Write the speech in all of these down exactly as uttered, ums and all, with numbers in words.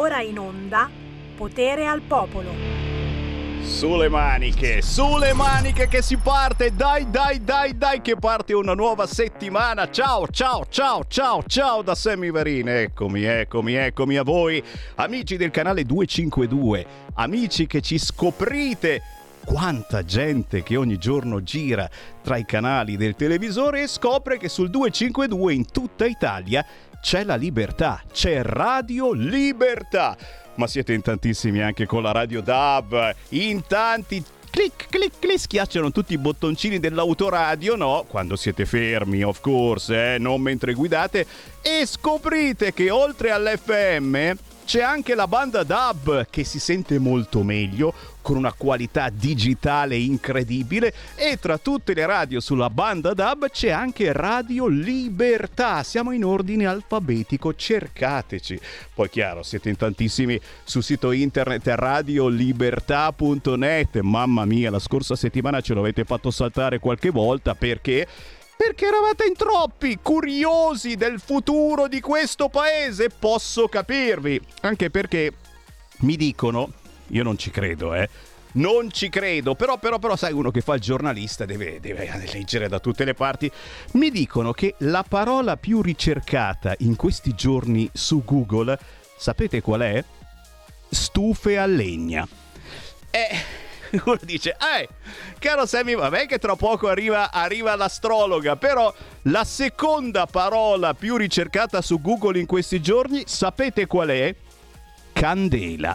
ora in onda Potere al Popolo. Sulle maniche, sulle maniche che si parte, dai dai dai dai che parte una nuova settimana. Ciao ciao ciao ciao ciao da Sammy Varin, eccomi eccomi eccomi a voi amici del canale duecentocinquantadue, amici che ci scoprite. Quanta gente che ogni giorno gira tra i canali del televisore e scopre che sul duecentocinquantadue in tutta Italia c'è la libertà, c'è Radio Libertà. Ma siete in tantissimi anche con la Radio D A B, in tanti clic clic clic schiacciano tutti i bottoncini dell'autoradio, no? Quando siete fermi, of course, eh? Non mentre guidate, e scoprite che oltre all'F M c'è anche la banda D A B che si sente molto meglio, con una qualità digitale incredibile, e tra tutte le radio sulla banda D A B c'è anche Radio Libertà. Siamo in ordine alfabetico, cercateci. Poi chiaro, siete in tantissimi sul sito internet radio libertà punto net. Mamma mia, la scorsa settimana ce l'avete fatto saltare qualche volta perché... Perché eravate in troppi, curiosi del futuro di questo paese, posso capirvi. Anche perché mi dicono, io non ci credo, eh, non ci credo, però, però, però sai, uno che fa il giornalista deve, deve leggere da tutte le parti. Mi dicono che la parola più ricercata in questi giorni su Google, sapete qual è? Stufe a legna. Eh... Uno dice, eh, caro Sammy, vabbè che tra poco arriva, arriva l'astrologa, però la seconda parola più ricercata su Google in questi giorni, sapete qual è? Candela.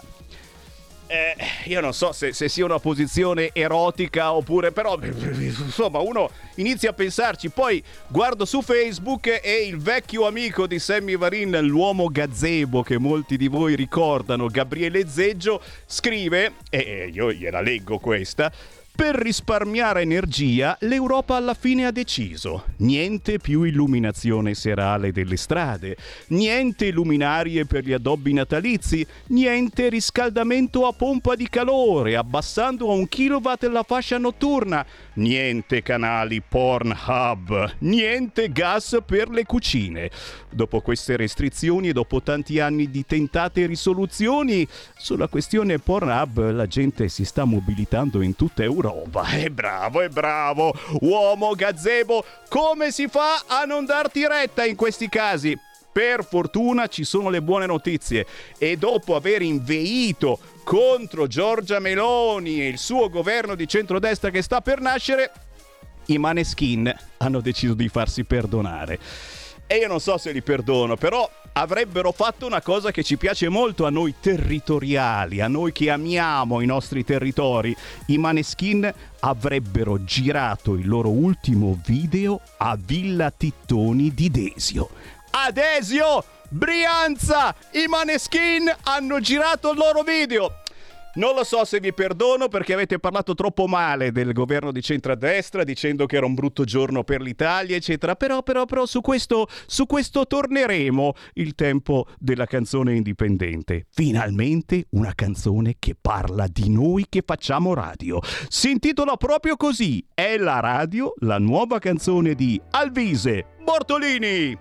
Eh, io non so se, se sia una posizione erotica oppure, però insomma uno inizia a pensarci. Poi guardo su Facebook e il vecchio amico di Sammy Varin, l'uomo gazebo che molti di voi ricordano, Gabriele Zeggio, scrive, e io gliela leggo questa: per risparmiare energia, l'Europa alla fine ha deciso: niente più illuminazione serale delle strade, niente luminarie per gli addobbi natalizi, niente riscaldamento a pompa di calore, abbassando a un kilowatt la fascia notturna, niente canali Pornhub, niente gas per le cucine. Dopo queste restrizioni e dopo tanti anni di tentate risoluzioni, sulla questione Pornhub la gente si sta mobilitando in tutta Europa. Roba. È bravo, è bravo, uomo gazebo. Come si fa a non darti retta in questi casi? Per fortuna ci sono le buone notizie, e dopo aver inveito contro Giorgia Meloni e il suo governo di centrodestra che sta per nascere, i Maneskin hanno deciso di farsi perdonare. E io non so se li perdono, però avrebbero fatto una cosa che ci piace molto a noi territoriali, a noi che amiamo i nostri territori. I Maneskin avrebbero girato il loro ultimo video a Villa Tittoni di Desio. A Desio, Brianza, i Maneskin hanno girato il loro video. Non lo so se vi perdono, perché avete parlato troppo male del governo di centrodestra, dicendo che era un brutto giorno per l'Italia, eccetera. Però, però, però su questo, su questo torneremo. Il tempo della canzone indipendente. Finalmente una canzone che parla di noi che facciamo radio. Si intitola proprio così. È la radio, la nuova canzone di Alvise Bortolini.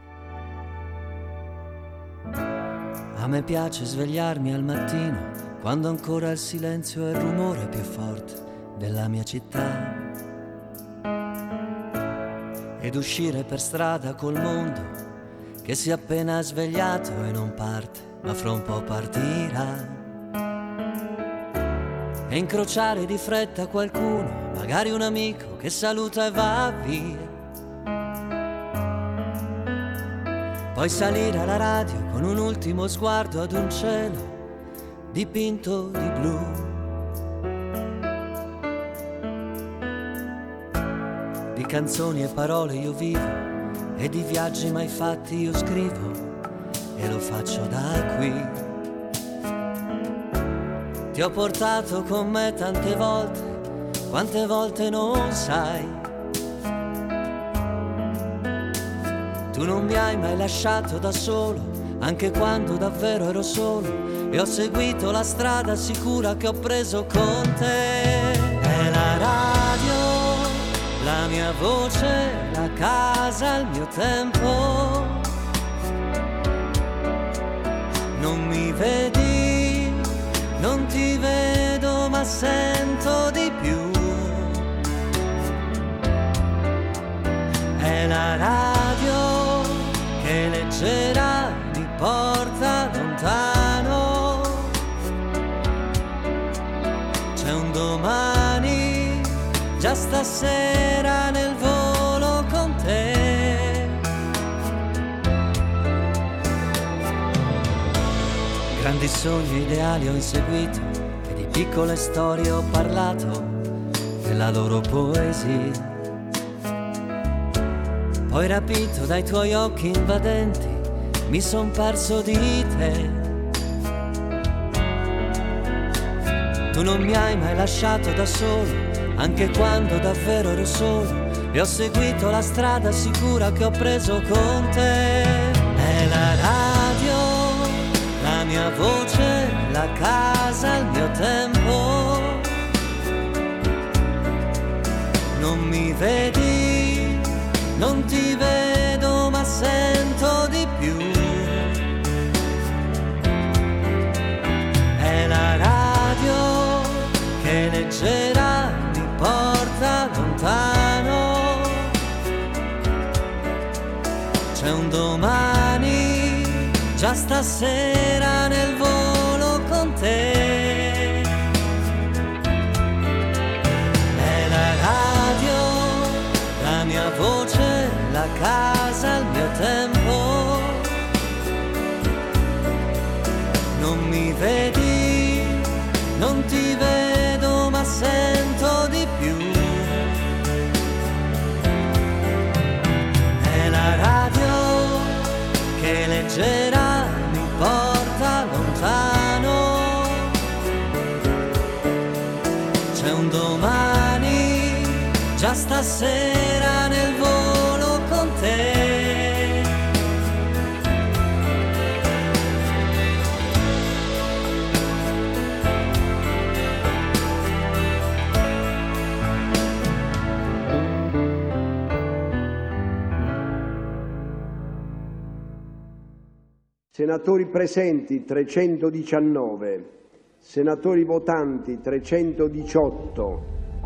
A me piace svegliarmi al mattino, quando ancora il silenzio è il rumore più forte della mia città, ed uscire per strada col mondo che si è appena svegliato e non parte, ma fra un po' partirà, e incrociare di fretta qualcuno, magari un amico che saluta e va via, poi salire alla radio con un ultimo sguardo ad un cielo dipinto di blu. Di canzoni e parole io vivo, e di viaggi mai fatti io scrivo, e lo faccio da qui. Ti ho portato con me tante volte, quante volte non sai. Tu non mi hai mai lasciato da solo, anche quando davvero ero solo, e ho seguito la strada sicura che ho preso con te. È la radio, la mia voce, la casa, il mio tempo. Non mi vedi non ti vedo ma sento di più. È la radio che leggera mi porta lontano. C'è un domani, già stasera nel volo con te. Grandi sogni ideali ho inseguito e di piccole storie ho parlato della loro poesia. Poi rapito dai tuoi occhi invadenti mi son perso di te. Tu non mi hai mai lasciato da solo, anche quando davvero ero solo, e ho seguito la strada sicura che ho preso con te. È la radio, la mia voce, la casa, il mio tempo. Non mi vedi, non ti vedo ma sento di più. È la radio che leggera mi porta lontano. C'è un domani, già stasera nel volo con te. È la radio, la mia voce, la casa, il mio tempo. Non mi vedi, non ti vedo ma sento di più. È la radio che leggera mi porta lontano. C'è un domani, già stasera nel volo con te. Senatori presenti trecentodiciannove, senatori votanti trecentodiciotto.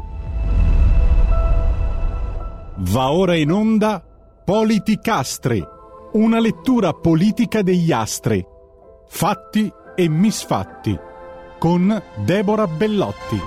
Va ora in onda Politicastri, una lettura politica degli astri, fatti e misfatti, con Deborah Bellotti.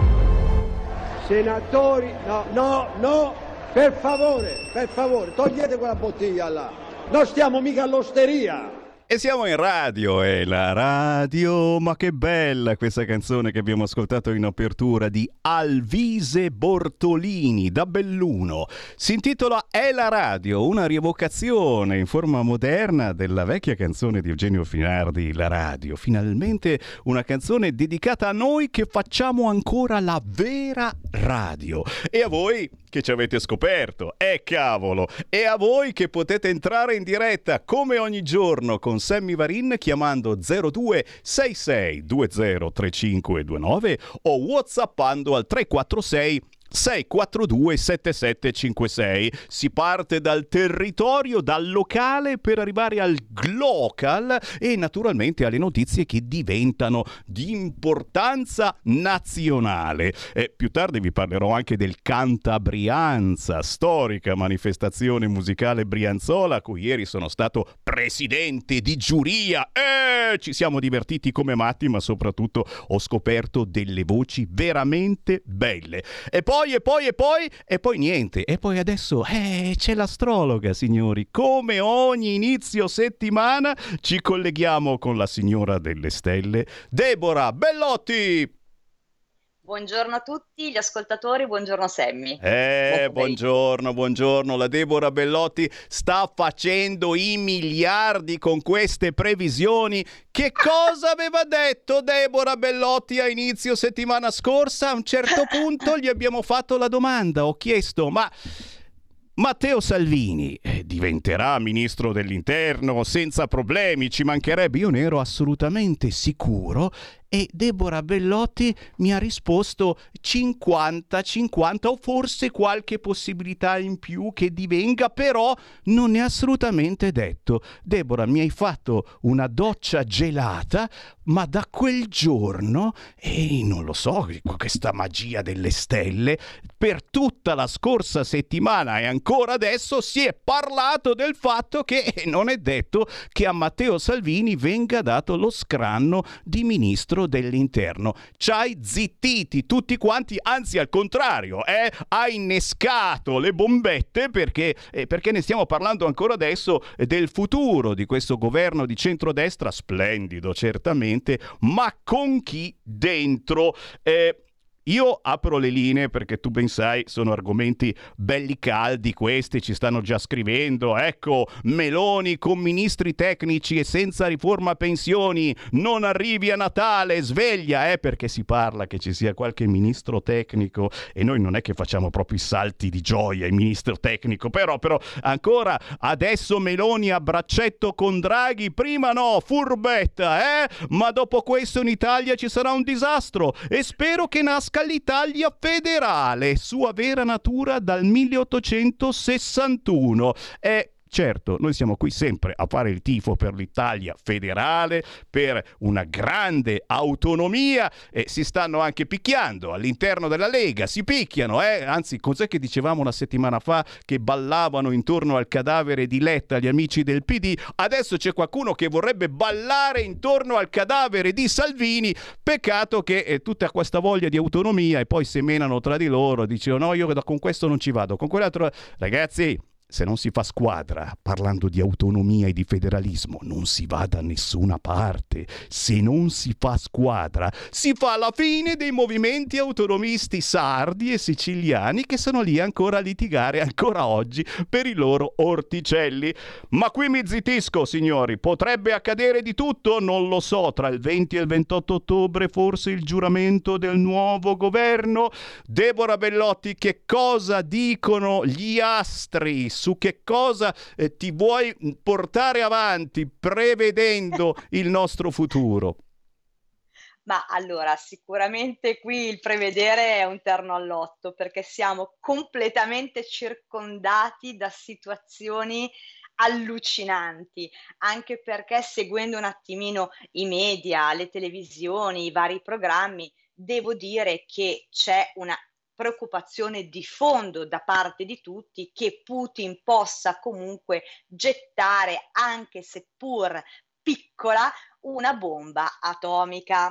Senatori, no, no, no, per favore, per favore, togliete quella bottiglia là, non stiamo mica all'osteria. E siamo in radio, è la radio, ma che bella questa canzone che abbiamo ascoltato in apertura di Alvise Bortolini da Belluno. Si intitola È la radio, una rievocazione in forma moderna della vecchia canzone di Eugenio Finardi, La radio. Finalmente una canzone dedicata a noi che facciamo ancora la vera radio. E a voi che ci avete scoperto, eh cavolo, e a voi che potete entrare in diretta come ogni giorno con Sammy Varin chiamando zero due sei sei due zero tre cinque due nove o whatsappando al tre quattro sei sei quattro due sette sette cinque sei. Si parte dal territorio, dal locale per arrivare al glocal e naturalmente alle notizie che diventano di importanza nazionale. E più tardi vi parlerò anche del Cantabrianza, storica manifestazione musicale brianzola a cui ieri sono stato presidente di giuria. E ci siamo divertiti come matti, ma soprattutto ho scoperto delle voci veramente belle. E poi Poi e poi e poi e poi niente. E poi adesso eh, c'è l'astrologa, signori. Come ogni inizio settimana ci colleghiamo con la signora delle stelle, Deborah Bellotti. Buongiorno a tutti gli ascoltatori, buongiorno Sammy. Eh, buongiorno, buongiorno. La Deborah Bellotti sta facendo i miliardi con queste previsioni. Che cosa aveva detto Deborah Bellotti a inizio settimana scorsa? A un certo punto gli abbiamo fatto la domanda, ho chiesto, ma Matteo Salvini eh, diventerà ministro dell'interno senza problemi, ci mancherebbe, io ne ero assolutamente sicuro. e Deborah Bellotti mi ha risposto cinquanta cinquanta o forse qualche possibilità in più che divenga, però non è assolutamente detto. Deborah, mi hai fatto una doccia gelata, ma da quel giorno, e non lo so, questa magia delle stelle, per tutta la scorsa settimana e ancora adesso si è parlato del fatto che non è detto che a Matteo Salvini venga dato lo scranno di ministro dell'interno. Ci hai zittiti tutti quanti, anzi al contrario, eh? ha innescato le bombette perché, eh, perché ne stiamo parlando ancora adesso del futuro di questo governo di centrodestra, splendido certamente, ma con chi dentro? Eh, Io apro le linee perché tu ben sai, sono argomenti belli caldi questi, ci stanno già scrivendo. Ecco, Meloni con ministri tecnici e senza riforma pensioni, non arrivi a Natale, sveglia, eh, perché si parla che ci sia qualche ministro tecnico e noi non è che facciamo proprio i salti di gioia, il ministro tecnico, però, però ancora adesso Meloni a braccetto con Draghi, prima no, furbetta, eh, ma dopo questo in Italia ci sarà un disastro e spero che nasca l'Italia federale, sua vera natura dal milleottocentosessantuno. È certo, noi siamo qui sempre a fare il tifo per l'Italia federale, per una grande autonomia, e si stanno anche picchiando all'interno della Lega, si picchiano, eh? Anzi, cos'è che dicevamo una settimana fa che ballavano intorno al cadavere di Letta gli amici del P D? Adesso c'è qualcuno che vorrebbe ballare intorno al cadavere di Salvini, peccato che eh, tutta questa voglia di autonomia e poi semenano tra di loro, dicono no, io con questo non ci vado, con quell'altro, ragazzi. Se non si fa squadra, parlando di autonomia e di federalismo, non si va da nessuna parte. Se non si fa squadra, si fa la fine dei movimenti autonomisti sardi e siciliani che sono lì ancora a litigare ancora oggi per i loro orticelli. Ma qui mi zittisco, signori. Potrebbe accadere di tutto? Non lo so. Tra il venti e il ventotto ottobre forse il giuramento del nuovo governo. Deborah Bellotti, che cosa dicono gli astri? Su che cosa eh, ti vuoi portare avanti prevedendo il nostro futuro? Ma allora, sicuramente qui il prevedere è un terno all'otto, perché siamo completamente circondati da situazioni allucinanti, anche perché seguendo un attimino i media, le televisioni, i vari programmi, devo dire che c'è una preoccupazione di fondo da parte di tutti che Putin possa comunque gettare, anche seppur piccola, una bomba atomica.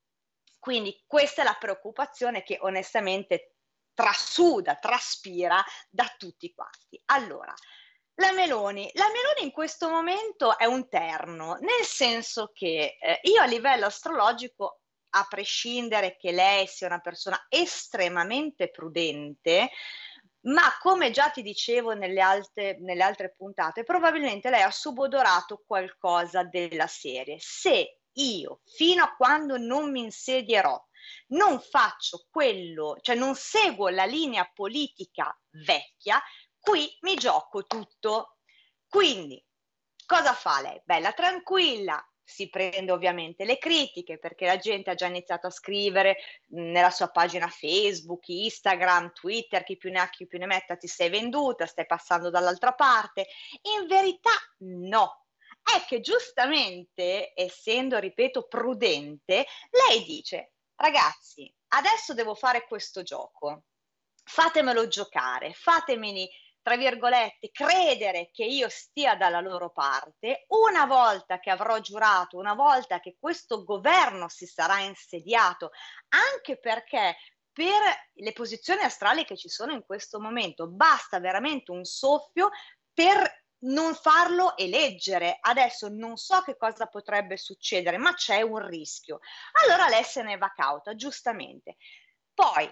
Quindi questa è la preoccupazione che onestamente trasuda, traspira da tutti quanti. Allora, la Meloni, la Meloni in questo momento è un terno, nel senso che eh, io a livello astrologico, a prescindere che lei sia una persona estremamente prudente, ma come già ti dicevo nelle altre, nelle altre puntate, probabilmente lei ha subodorato qualcosa della serie. Se io, fino a quando non mi insedierò, non faccio quello, cioè non seguo la linea politica vecchia, qui mi gioco tutto. Quindi, cosa fa lei? Bella tranquilla, si prende ovviamente le critiche perché la gente ha già iniziato a scrivere mh, nella sua pagina Facebook, Instagram, Twitter, chi più ne ha chi più ne metta, ti sei venduta, stai passando dall'altra parte. In verità no, è che giustamente, essendo, ripeto, prudente, lei dice ragazzi, adesso devo fare questo gioco, fatemelo giocare, fatemeli tra virgolette, credere che io stia dalla loro parte. Una volta che avrò giurato, una volta che questo governo si sarà insediato, anche perché per le posizioni astrali che ci sono in questo momento basta veramente un soffio per non farlo eleggere. Adesso non so che cosa potrebbe succedere, ma c'è un rischio. Allora lei se ne va cauta, giustamente. Poi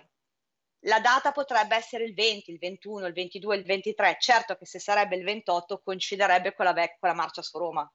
la data potrebbe essere il venti, il ventuno, il ventidue, il ventitré. Certo che se sarebbe il ventotto coinciderebbe con la, vec- con la marcia su Roma.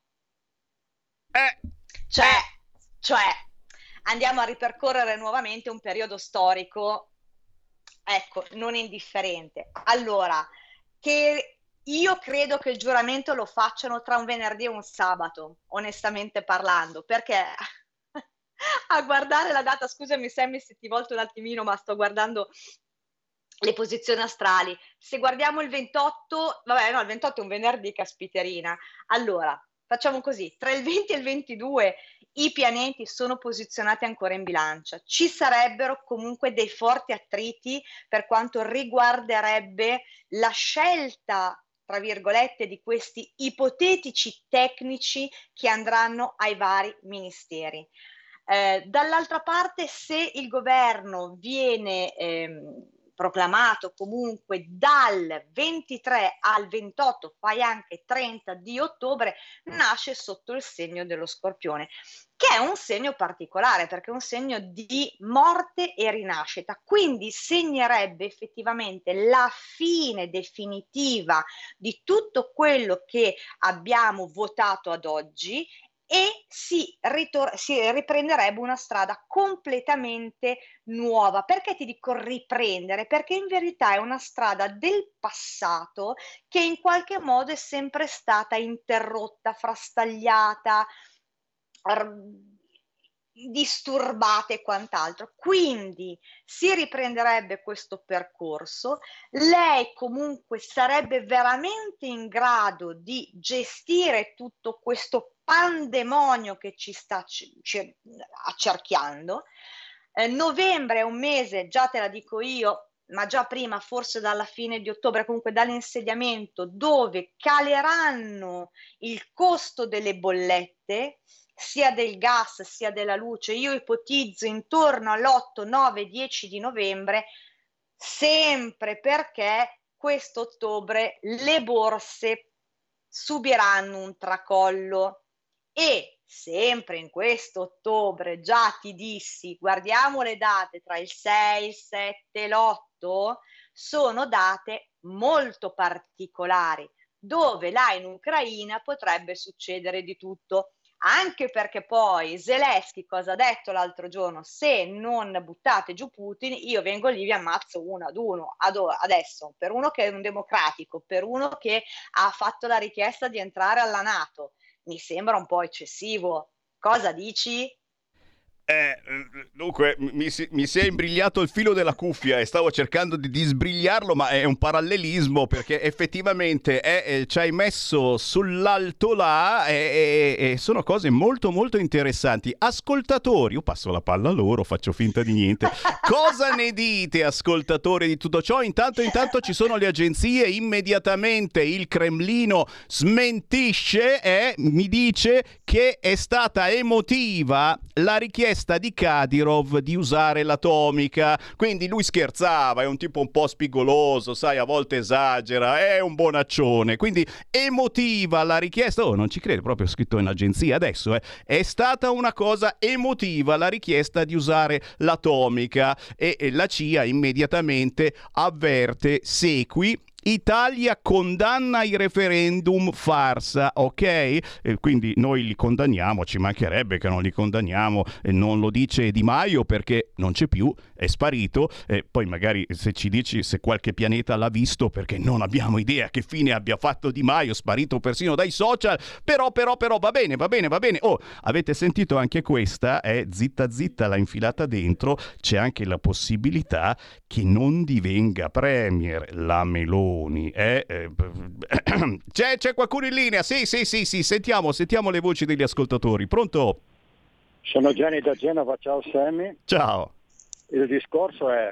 Eh, cioè, cioè, andiamo a ripercorrere nuovamente un periodo storico, ecco, non indifferente. Allora, che io credo che il giuramento lo facciano tra un venerdì e un sabato, onestamente parlando, perché a guardare la data. Scusami Sammy se ti volto un attimino, ma sto guardando le posizioni astrali. Se guardiamo il ventotto, vabbè no, il ventotto è un venerdì, caspiterina. Allora, facciamo così, tra il venti e il ventidue i pianeti sono posizionati ancora in bilancia. Ci sarebbero comunque dei forti attriti per quanto riguarderebbe la scelta, tra virgolette, di questi ipotetici tecnici che andranno ai vari ministeri. Eh, dall'altra parte, se il governo viene ehm, proclamato comunque dal ventitré al ventotto, fai anche trenta di ottobre, nasce sotto il segno dello Scorpione, che è un segno particolare perché è un segno di morte e rinascita, quindi segnerebbe effettivamente la fine definitiva di tutto quello che abbiamo votato ad oggi e si, ritor- si riprenderebbe una strada completamente nuova. Perché ti dico riprendere? Perché in verità è una strada del passato che in qualche modo è sempre stata interrotta, frastagliata, disturbate e quant'altro. Quindi si riprenderebbe questo percorso, lei comunque sarebbe veramente in grado di gestire tutto questo pandemonio che ci sta c- c- accerchiando. Eh, novembre è un mese, già te la dico io, ma già prima, forse dalla fine di ottobre, comunque dall'insediamento, dove caleranno il costo delle bollette, sia del gas sia della luce. Io ipotizzo intorno all'otto, nove, dieci di novembre, sempre perché questo ottobre le borse subiranno un tracollo. E sempre in questo ottobre, già ti dissi, guardiamo le date tra il sei, il sette e l'otto, sono date molto particolari, dove là in Ucraina potrebbe succedere di tutto. Anche perché poi Zelensky cosa ha detto l'altro giorno? Se non buttate giù Putin, io vengo lì, vi ammazzo uno ad uno. Adesso, per uno che è un democratico, per uno che ha fatto la richiesta di entrare alla NATO, mi sembra un po' eccessivo. Cosa dici? Eh, dunque, mi si, mi si è imbrigliato il filo della cuffia e stavo cercando di, di sbrigliarlo, ma è un parallelismo perché effettivamente è, è, ci hai messo sull'alto là e, e, e sono cose molto molto interessanti. Ascoltatori, io passo la palla a loro, faccio finta di niente. Cosa ne dite, ascoltatori, di tutto ciò? Intanto, intanto ci sono le agenzie, immediatamente il Cremlino smentisce e mi dice che è stata emotiva la richiesta di Kadyrov di usare l'atomica, quindi lui scherzava, è un tipo un po' spigoloso, sai, a volte esagera, è un bonaccione, quindi emotiva la richiesta. Oh, non ci credo, proprio scritto in agenzia adesso, eh. È stata una cosa emotiva la richiesta di usare l'atomica e, e la C I A immediatamente avverte: sequi, Italia condanna i referendum farsa, ok? E quindi noi li condanniamo, ci mancherebbe che non li condanniamo, e non lo dice Di Maio perché non c'è più, è sparito, e poi magari se ci dici se qualche pianeta l'ha visto, perché non abbiamo idea che fine abbia fatto Di Maio, sparito persino dai social, però però però va bene, va bene, va bene. Oh, avete sentito anche questa? Eh? Zitta zitta l'ha infilata dentro, c'è anche la possibilità che non divenga premier la Meloni. Eh? Eh, c'è, c'è qualcuno in linea? Sì, sì, sì, sì, sentiamo, sentiamo le voci degli ascoltatori. Pronto? Sono Gianni da Genova, ciao Sammy. Ciao. Il discorso è: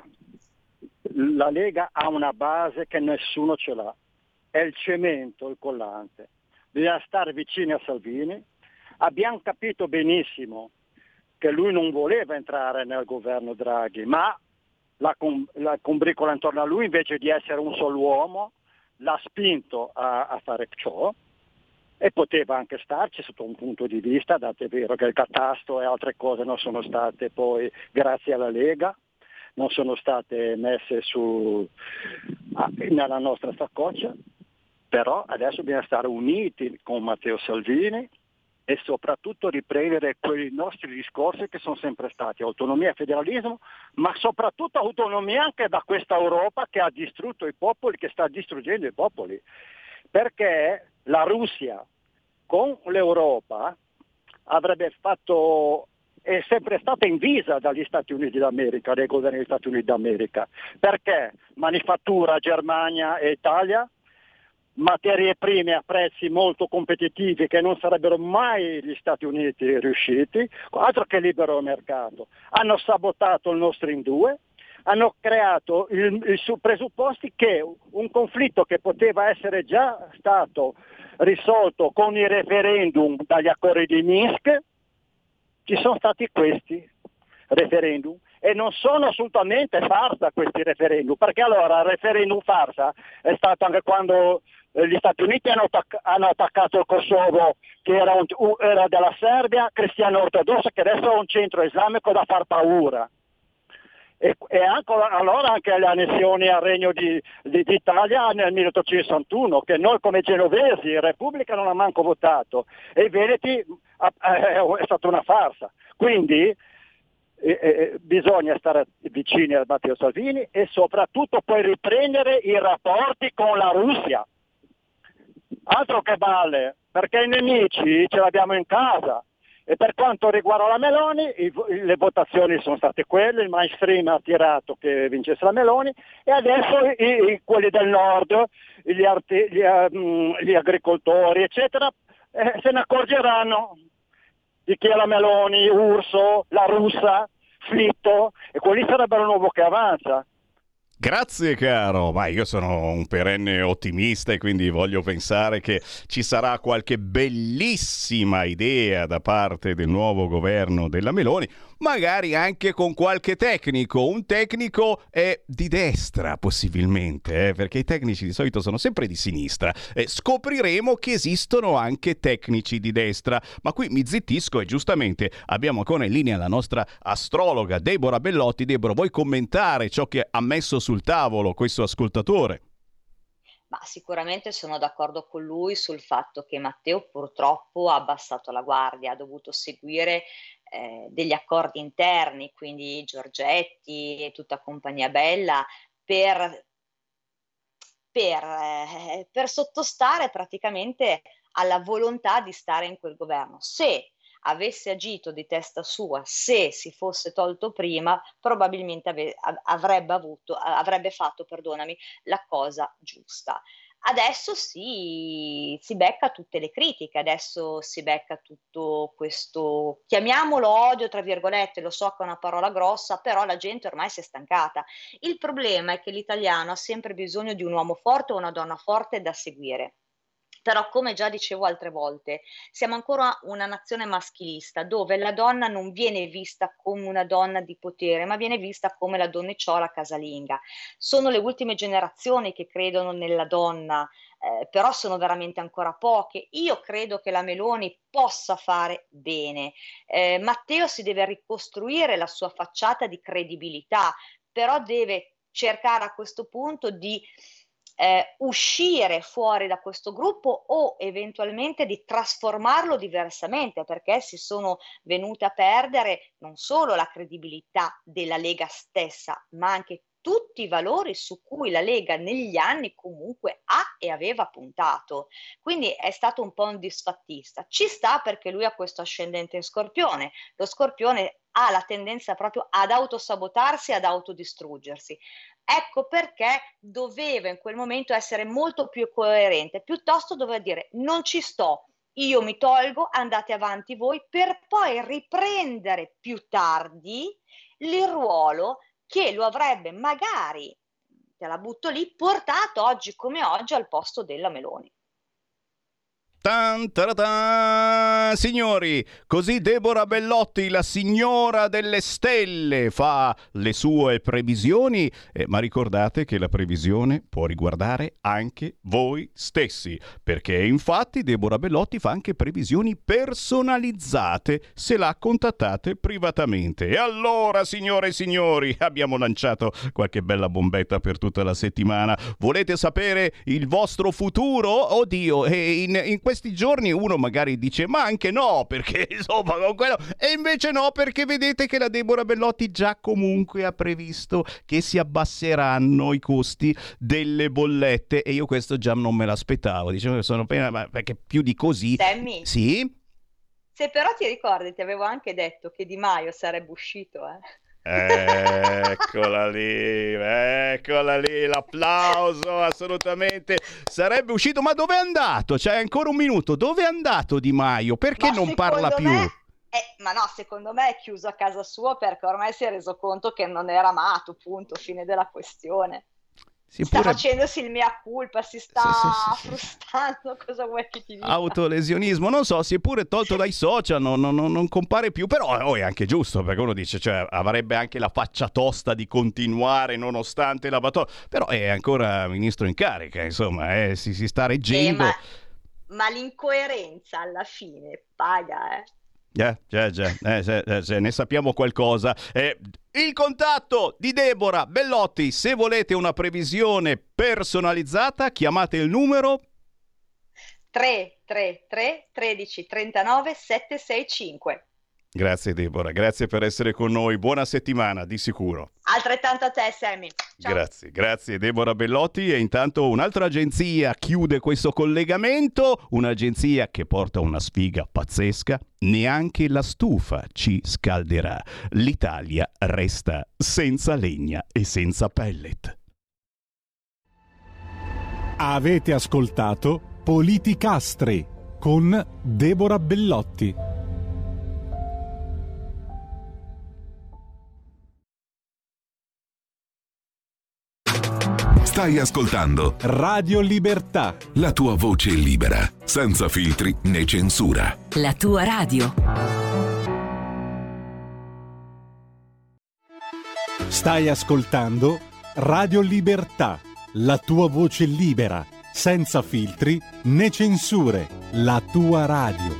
la Lega ha una base che nessuno ce l'ha, è il cemento, il collante. Bisogna stare vicini a Salvini. Abbiamo capito benissimo che lui non voleva entrare nel governo Draghi, ma La, com- la combricola intorno a lui, invece di essere un solo uomo, l'ha spinto a, a fare ciò, e poteva anche starci sotto un punto di vista, dato è vero che il catasto e altre cose non sono state poi, grazie alla Lega, non sono state messe su, a, nella nostra saccoccia, però adesso bisogna stare uniti con Matteo Salvini e soprattutto riprendere quei nostri discorsi che sono sempre stati autonomia e federalismo, ma soprattutto autonomia anche da questa Europa che ha distrutto i popoli, che sta distruggendo i popoli, perché la Russia con l'Europa avrebbe fatto è sempre stata invisa dagli Stati Uniti d'America, dai governi degli Stati Uniti d'America. Perché? Manifattura Germania e Italia, materie prime a prezzi molto competitivi che non sarebbero mai gli Stati Uniti riusciti, altro che libero mercato. Hanno sabotato il Nord Stream due, hanno creato il, i presupposti che un conflitto che poteva essere già stato risolto con i referendum dagli accordi di Minsk, ci sono stati questi referendum e non sono assolutamente farsa questi referendum, perché allora il referendum farsa è stato anche quando eh, gli Stati Uniti hanno, attac- hanno attaccato il Kosovo, che era, un, era della Serbia cristiano ortodossa, che adesso è un centro islamico da far paura. E, e anche, allora anche le annessioni al Regno di, di, d'Italia nel milleottocentosessantuno, che noi come genovesi Repubblica non ha manco votato, e i Veneti a, a, è stata una farsa. Quindi eh, eh, bisogna stare vicini a Matteo Salvini e soprattutto poi riprendere i rapporti con la Russia. Altro che balle, perché i nemici ce l'abbiamo in casa. E per quanto riguarda la Meloni, i, le votazioni sono state quelle, il mainstream ha tirato che vincesse la Meloni, e adesso i, i, quelli del nord, gli, arti, gli, um, gli agricoltori, eccetera, eh, se ne accorgeranno di chi è la Meloni, Urso, la Russa, Flitto, e quelli sarebbero il nuovo che avanza. Grazie caro, ma io sono un perenne ottimista e quindi voglio pensare che ci sarà qualche bellissima idea da parte del nuovo governo della Meloni, magari anche con qualche tecnico, un tecnico è di destra possibilmente, eh, perché i tecnici di solito sono sempre di sinistra. Eh, scopriremo che esistono anche tecnici di destra, ma qui mi zittisco e giustamente abbiamo ancora in linea la nostra astrologa Deborah Bellotti. Deborah, vuoi commentare ciò che ha messo sul tavolo questo ascoltatore? Ma sicuramente sono d'accordo con lui sul fatto che Matteo purtroppo ha abbassato la guardia, ha dovuto seguire eh, degli accordi interni, quindi Giorgetti e tutta compagnia bella, per, per, eh, per sottostare praticamente alla volontà di stare in quel governo. Se avesse agito di testa sua, se si fosse tolto prima, probabilmente ave- avrebbe avuto, avrebbe fatto, perdonami, la cosa giusta. Adesso si, si becca tutte le critiche, adesso si becca tutto questo, chiamiamolo odio tra virgolette, lo so che è una parola grossa, però la gente ormai si è stancata. Il problema è che l'italiano ha sempre bisogno di un uomo forte o una donna forte da seguire. Però, come già dicevo altre volte, siamo ancora una nazione maschilista dove la donna non viene vista come una donna di potere, ma viene vista come la donnicciola casalinga. Sono le ultime generazioni che credono nella donna, eh, però sono veramente ancora poche. Io credo che la Meloni possa fare bene. Eh, Matteo si deve ricostruire la sua facciata di credibilità, però deve cercare a questo punto di Eh, uscire fuori da questo gruppo o eventualmente di trasformarlo diversamente, perché si sono venute a perdere non solo la credibilità della Lega stessa, ma anche tutti i valori su cui la Lega negli anni comunque ha e aveva puntato. Quindi è stato un po' un disfattista. Ci sta perché lui ha questo ascendente in Scorpione. Lo Scorpione ha la tendenza proprio ad autosabotarsi, ad autodistruggersi. Ecco perché doveva in quel momento essere molto più coerente, piuttosto doveva dire non ci sto, io mi tolgo, andate avanti voi, per poi riprendere più tardi il ruolo che lo avrebbe magari, te la butto lì, portato oggi come oggi al posto della Meloni. Tan, taratan. Signori, così Deborah Bellotti, la signora delle stelle, fa le sue previsioni, eh, ma ricordate che la previsione può riguardare anche voi stessi, perché infatti Deborah Bellotti fa anche previsioni personalizzate se la contattate privatamente. E allora, signore e signori, abbiamo lanciato qualche bella bombetta per tutta la settimana. Volete sapere il vostro futuro? Oddio, e in, in questi giorni uno magari dice ma anche no, perché insomma con quello, e invece no, perché vedete che la Deborah Bellotti già comunque ha previsto che si abbasseranno i costi delle bollette, e io questo già non me l'aspettavo, diciamo che sono appena, ma perché più di così. Sammy, sì? Se però ti ricordi, ti avevo anche detto che Di Maio sarebbe uscito, eh. Eccola lì, eccola lì, l'applauso, assolutamente. Sarebbe uscito, ma dove è andato? C'è ancora un minuto. Dove è andato Di Maio? Perché Ma non parla più? me, eh, ma no, secondo me è chiuso a casa sua perché ormai si è reso conto che non era amato, punto, fine della questione. Sì, sta pure... facendosi il mea culpa, si sta sì, sì, sì, frustrando, cosa vuoi che ti dica? Autolesionismo, non so, si è pure tolto dai social, non, non, non compare più, però oh, è anche giusto, perché uno dice, cioè, avrebbe anche la faccia tosta di continuare nonostante la batola, però è ancora ministro in carica, insomma, eh, si, si sta reggendo. Eh, ma, ma l'incoerenza alla fine paga, eh. Eh, già, già, eh, se, eh, se ne sappiamo qualcosa. Eh, il contatto di Deborah Bellotti, se volete una previsione personalizzata, chiamate il numero tre tre tre tredici trentanove settecentosessantacinque. Grazie Deborah, grazie per essere con noi, buona settimana di sicuro. Altrettanto a te Sammy. Ciao. Grazie, grazie Deborah Bellotti. E intanto un'altra agenzia chiude questo collegamento, un'agenzia che porta una sfiga pazzesca, neanche la stufa ci scalderà. L'Italia resta senza legna e senza pellet. Avete ascoltato Politicastri con Deborah Bellotti. Stai ascoltando Radio Libertà, la tua voce libera, senza filtri né censura. La tua radio. Stai ascoltando Radio Libertà, la tua voce libera, senza filtri né censure. La tua radio.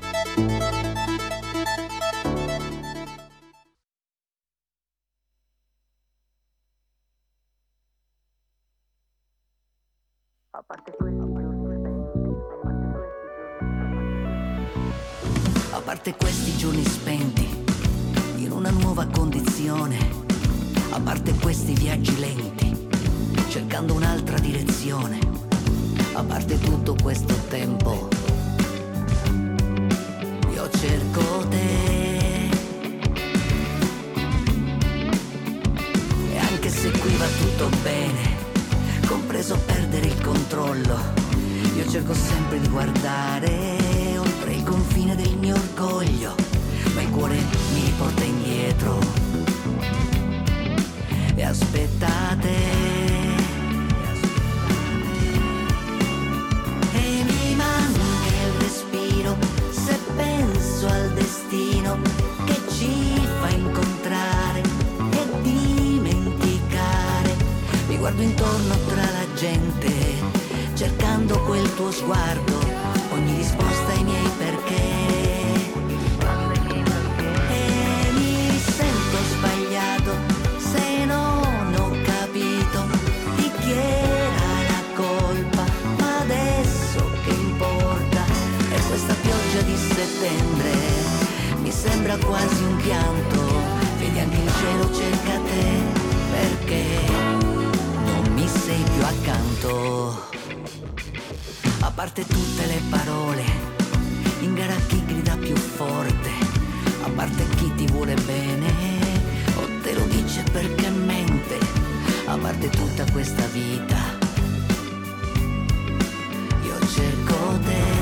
A parte questi giorni spenti in una nuova condizione, a parte questi viaggi lenti cercando un'altra direzione, a parte tutto questo tempo io cerco te. E anche se qui va tutto bene, compreso perdere il controllo, io cerco sempre di guardare oltre il confine del mio orgoglio, ma il cuore mi riporta indietro. E aspettate, e mi manca il respiro se penso al destino che ci fa incontrare e dimenticare. Mi guardo intorno tra la gente cercando quel tuo sguardo, ogni risposta ai miei perché. E mi sento sbagliato se non ho capito di chi era la colpa, ma adesso che importa? E questa pioggia di settembre mi sembra quasi un pianto, vedi anche il cielo cerca te perché non mi sei più accanto. A parte tutte le parole, in gara chi grida più forte, a parte chi ti vuole bene o te lo dice perché mente, a parte tutta questa vita, io cerco te.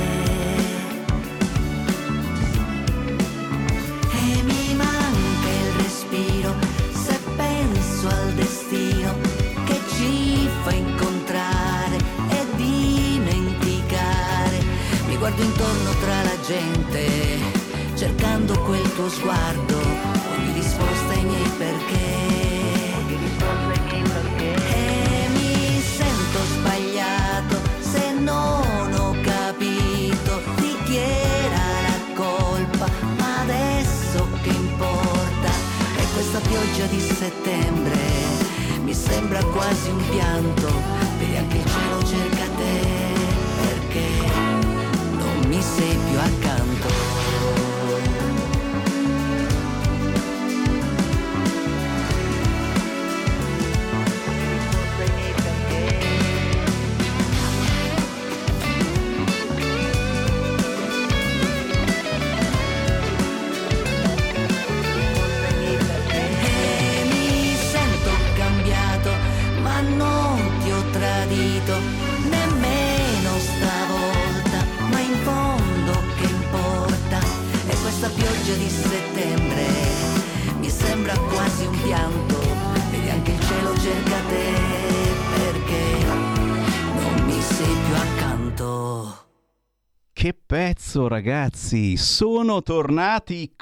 E mi manca il respiro se penso al destino che ci fa incontrare e dimenticare. Mi guardo intorno tra la gente cercando quel tuo sguardo, ogni risposta ai miei perché. E mi sento sbagliato se non ho capito di chi era la colpa, ma adesso che importa? E questa pioggia di settembre mi sembra quasi un pianto, vedi anche il cielo cerca te perché non mi sei più accanto. pioggia di settembre, mi sembra quasi un pianto, vedi anche il cielo cerca te, perché non mi sei più accanto. Che pezzo, ragazzi! Sono tornati i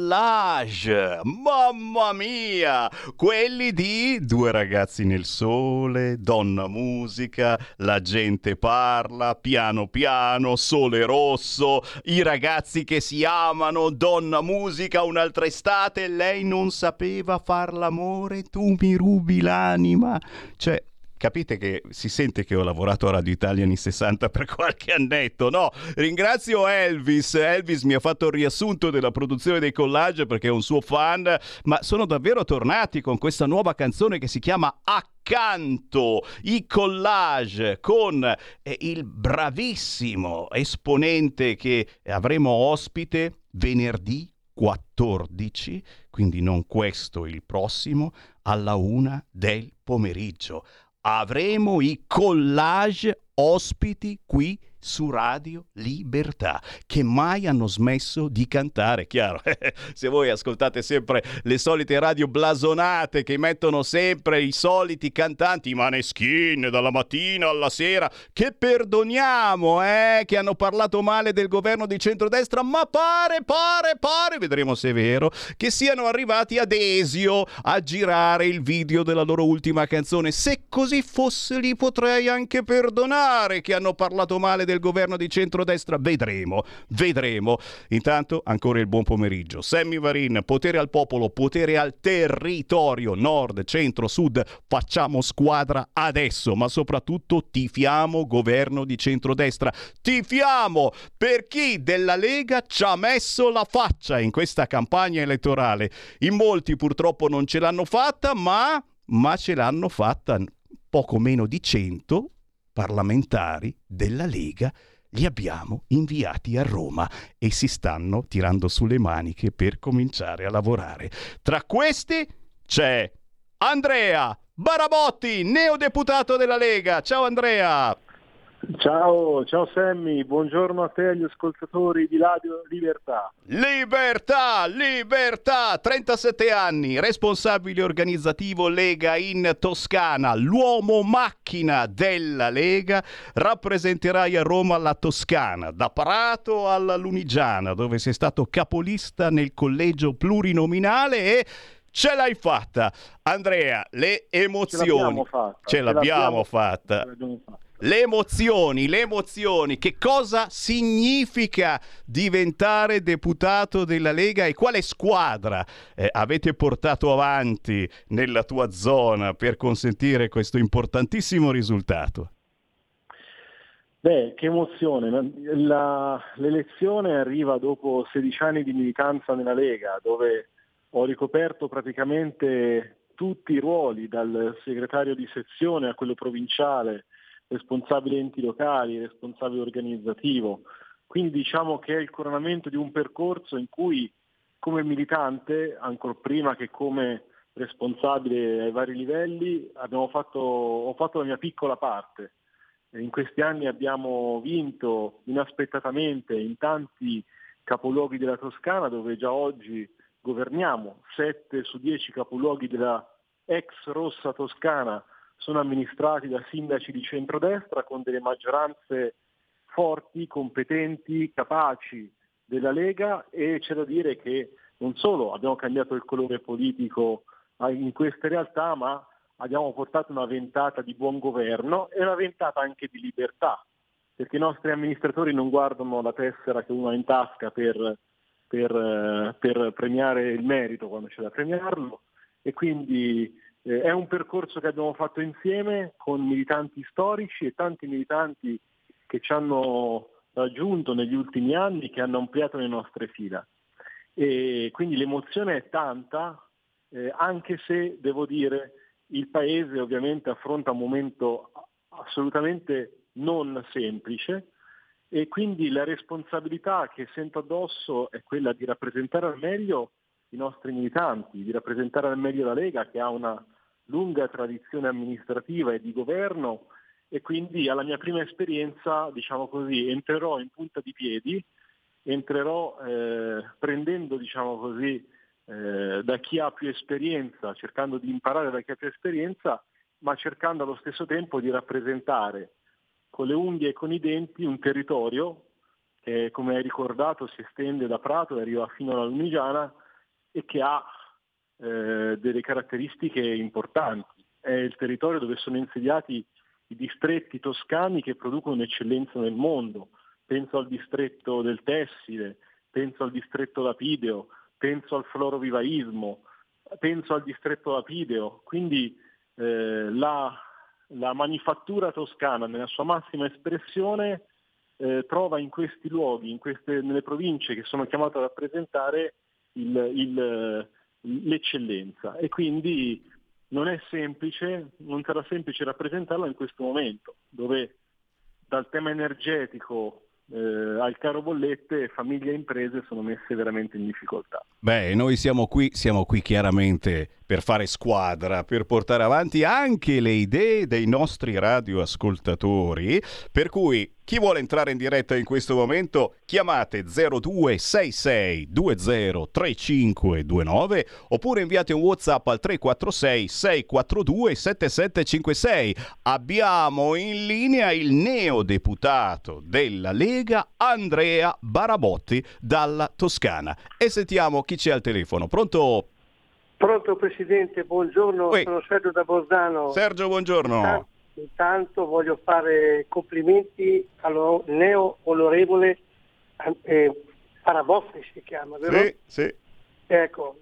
Collage! Mamma mia! Quelli di Due ragazzi nel sole, Donna musica, La gente parla, Piano piano, Sole rosso, I ragazzi che si amano, Donna musica, Un'altra estate, Lei non sapeva far l'amore, tu mi rubi l'anima. Cioè, capite che si sente che ho lavorato a Radio Italia anni sessanta per qualche annetto, no? Ringrazio Elvis, Elvis mi ha fatto il riassunto della produzione dei Collage perché è un suo fan, ma sono davvero tornati con questa nuova canzone che si chiama Accanto, i Collage, con eh, il bravissimo esponente che avremo ospite venerdì quattordici, quindi non questo, il prossimo, alla una del pomeriggio. Avremo i Collage ospiti qui su Radio Libertà, che mai hanno smesso di cantare, chiaro. Se voi ascoltate sempre le solite radio blasonate che mettono sempre i soliti cantanti, i Maneskin, dalla mattina alla sera, che perdoniamo, eh, che hanno parlato male del governo di centrodestra, ma pare, pare, pare, vedremo se è vero, che siano arrivati ad Esio a girare il video della loro ultima canzone. Se così fosse, li potrei anche perdonare che hanno parlato male del del governo di centrodestra, vedremo, vedremo. Intanto ancora il buon pomeriggio. Sammy Varin, potere al popolo, potere al territorio, nord, centro, sud, facciamo squadra adesso, ma soprattutto tifiamo governo di centrodestra, tifiamo per chi della Lega ci ha messo la faccia in questa campagna elettorale. In molti purtroppo non ce l'hanno fatta, ma, ma ce l'hanno fatta poco meno di cento parlamentari della Lega, li abbiamo inviati a Roma e si stanno tirando sulle maniche per cominciare a lavorare. Tra questi c'è Andrea Barabotti, neodeputato della Lega. Ciao Andrea! Ciao, ciao Sammy, buongiorno a te e agli ascoltatori di Radio Libertà. Libertà, libertà, trentasette anni, responsabile organizzativo Lega in Toscana, l'uomo macchina della Lega, rappresenterai a Roma la Toscana, da Prato alla Lunigiana, dove sei stato capolista nel collegio plurinominale e ce l'hai fatta. Andrea, le emozioni. Ce l'abbiamo fatta. Ce l'abbiamo, ce l'abbiamo fatta. Ce l'abbiamo fatta. Le emozioni, le emozioni, che cosa significa diventare deputato della Lega e quale squadra eh, avete portato avanti nella tua zona per consentire questo importantissimo risultato? Beh, che emozione. La, l'elezione arriva dopo sedici anni di militanza nella Lega, dove ho ricoperto praticamente tutti i ruoli, dal segretario di sezione a quello provinciale, responsabile enti locali, responsabile organizzativo. Quindi diciamo che è il coronamento di un percorso in cui come militante, ancora prima che come responsabile ai vari livelli, abbiamo fatto, ho fatto la mia piccola parte. In questi anni abbiamo vinto inaspettatamente in tanti capoluoghi della Toscana, dove già oggi governiamo. Sette su dieci capoluoghi della ex rossa Toscana sono amministrati da sindaci di centrodestra con delle maggioranze forti, competenti, capaci della Lega, e c'è da dire che non solo abbiamo cambiato il colore politico in queste realtà, ma abbiamo portato una ventata di buon governo e una ventata anche di libertà, perché i nostri amministratori non guardano la tessera che uno ha in tasca per, per, per premiare il merito quando c'è da premiarlo, e quindi Eh, è un percorso che abbiamo fatto insieme con militanti storici e tanti militanti che ci hanno raggiunto negli ultimi anni, che hanno ampliato le nostre fila. E quindi l'emozione è tanta, eh, anche se devo dire il Paese ovviamente affronta un momento assolutamente non semplice, e quindi la responsabilità che sento addosso è quella di rappresentare al meglio i nostri militanti, di rappresentare al meglio la Lega, che ha una lunga tradizione amministrativa e di governo, e quindi alla mia prima esperienza, diciamo così, entrerò in punta di piedi entrerò eh, prendendo, diciamo così, eh, da chi ha più esperienza, cercando di imparare da chi ha più esperienza, ma cercando allo stesso tempo di rappresentare con le unghie e con i denti un territorio che, come hai ricordato, si estende da Prato e arriva fino alla Lunigiana e che ha eh, delle caratteristiche importanti. È il territorio dove sono insediati i distretti toscani che producono eccellenza nel mondo. Penso al distretto del tessile, penso al distretto lapideo, penso al florovivaismo, penso al distretto lapideo. Quindi eh, la, la manifattura toscana nella sua massima espressione eh, trova in questi luoghi, in queste, nelle province che sono chiamate a rappresentare il, il, l'eccellenza, e quindi non è semplice, non sarà semplice rappresentarla in questo momento, dove dal tema energetico eh, al caro bollette, famiglie e imprese sono messe veramente in difficoltà. Beh, noi siamo qui, siamo qui chiaramente per fare squadra, per portare avanti anche le idee dei nostri radioascoltatori, per cui chi vuole entrare in diretta in questo momento chiamate zero due sei sei due zero tre cinque due nove oppure inviate un WhatsApp al tre quattro sei sei quattro due sette sette cinque sei. Abbiamo in linea il neodeputato della Lega Andrea Barabotti dalla Toscana e sentiamo chi c'è al telefono. Pronto? Pronto Presidente, buongiorno, Ui. sono Sergio da Bolzano. Sergio, buongiorno. Intanto, intanto voglio fare complimenti al neo onorevole eh, Barabotti, si chiama, vero? Sì, sì. Ecco,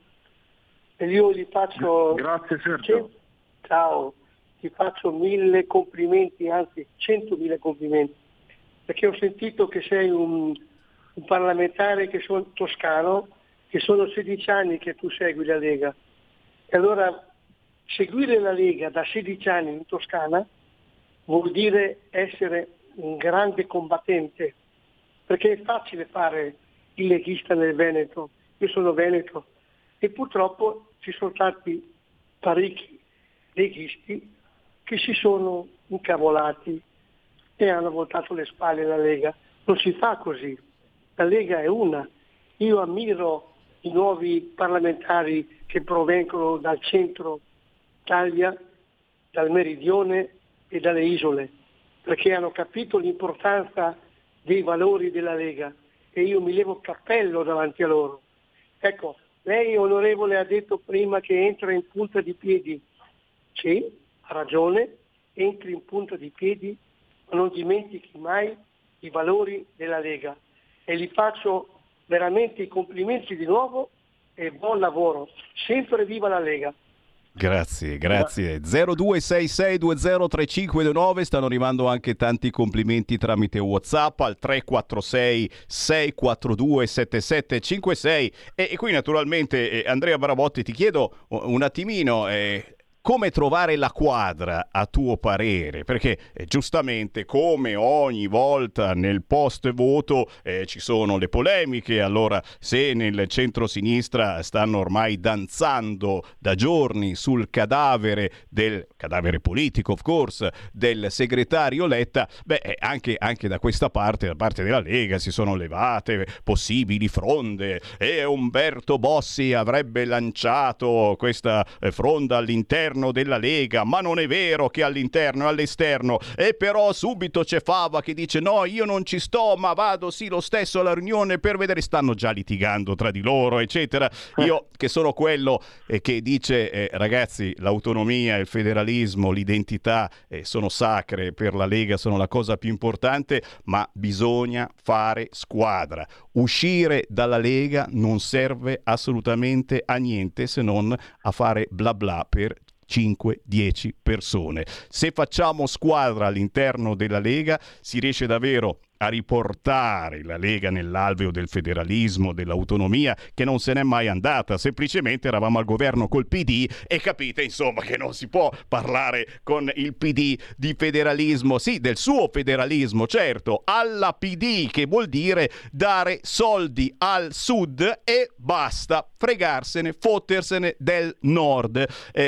e io gli faccio... Grazie Sergio. Ciao, ti faccio mille complimenti, anzi centomila complimenti, perché ho sentito che sei un, un parlamentare che sono toscano, che sono sedici anni che tu segui la Lega. E allora seguire la Lega da sedici anni in Toscana vuol dire essere un grande combattente, perché è facile fare il leghista nel Veneto. Io sono veneto e purtroppo ci sono stati parecchi leghisti che si sono incavolati e hanno voltato le spalle alla Lega. Non si fa così. La Lega è una. Io ammiro i nuovi parlamentari che provengono dal centro Italia, dal meridione e dalle isole, perché hanno capito l'importanza dei valori della Lega e io mi levo il cappello davanti a loro. Ecco, lei onorevole ha detto prima che entra in punta di piedi. Sì, ha ragione, entri in punta di piedi, ma non dimentichi mai i valori della Lega. E gli faccio veramente i complimenti di nuovo e buon lavoro. Sempre viva la Lega. Grazie, grazie. zero due sei sei due zero tre cinque due nove, stanno arrivando anche tanti complimenti tramite WhatsApp al tre quattro sei sei quattro due sette sette cinque sei e, e qui naturalmente eh, Andrea Barabotti ti chiedo un attimino eh, come trovare la quadra a tuo parere, perché eh, giustamente come ogni volta nel post voto eh, ci sono le polemiche. Allora se nel centro-sinistra stanno ormai danzando da giorni sul cadavere del cadavere politico of course del segretario Letta, beh anche, anche da questa parte, da parte della Lega, si sono levate possibili fronde e Umberto Bossi avrebbe lanciato questa eh, fronda all'interno della Lega, ma non è vero che all'interno e all'esterno. E però subito c'è Fava che dice no, io non ci sto, ma vado sì lo stesso alla riunione per vedere. Stanno già litigando tra di loro eccetera. Io che sono quello eh, che dice eh, ragazzi, l'autonomia, il federalismo, l'identità eh, sono sacre per la Lega, sono la cosa più importante, ma bisogna fare squadra. Uscire dalla Lega non serve assolutamente a niente se non a fare bla bla per cinque dieci persone. Se facciamo squadra all'interno della Lega si riesce davvero a riportare la Lega nell'alveo del federalismo, dell'autonomia, che non se n'è mai andata. Semplicemente eravamo al governo col P D e capite insomma che non si può parlare con il P D di federalismo, sì, del suo federalismo, certo, alla P D, che vuol dire dare soldi al sud e basta, fregarsene, fottersene del nord. Eh,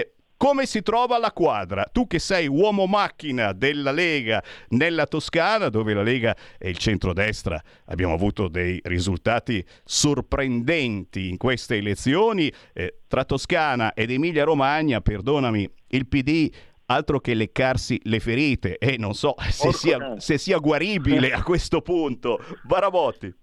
come si trova la quadra? Tu che sei uomo macchina della Lega nella Toscana, dove la Lega e il centrodestra abbiamo avuto dei risultati sorprendenti in queste elezioni, eh, tra Toscana ed Emilia Romagna, perdonami, il P D altro che leccarsi le ferite e eh, non so se sia, se sia guaribile a questo punto. Barabotti.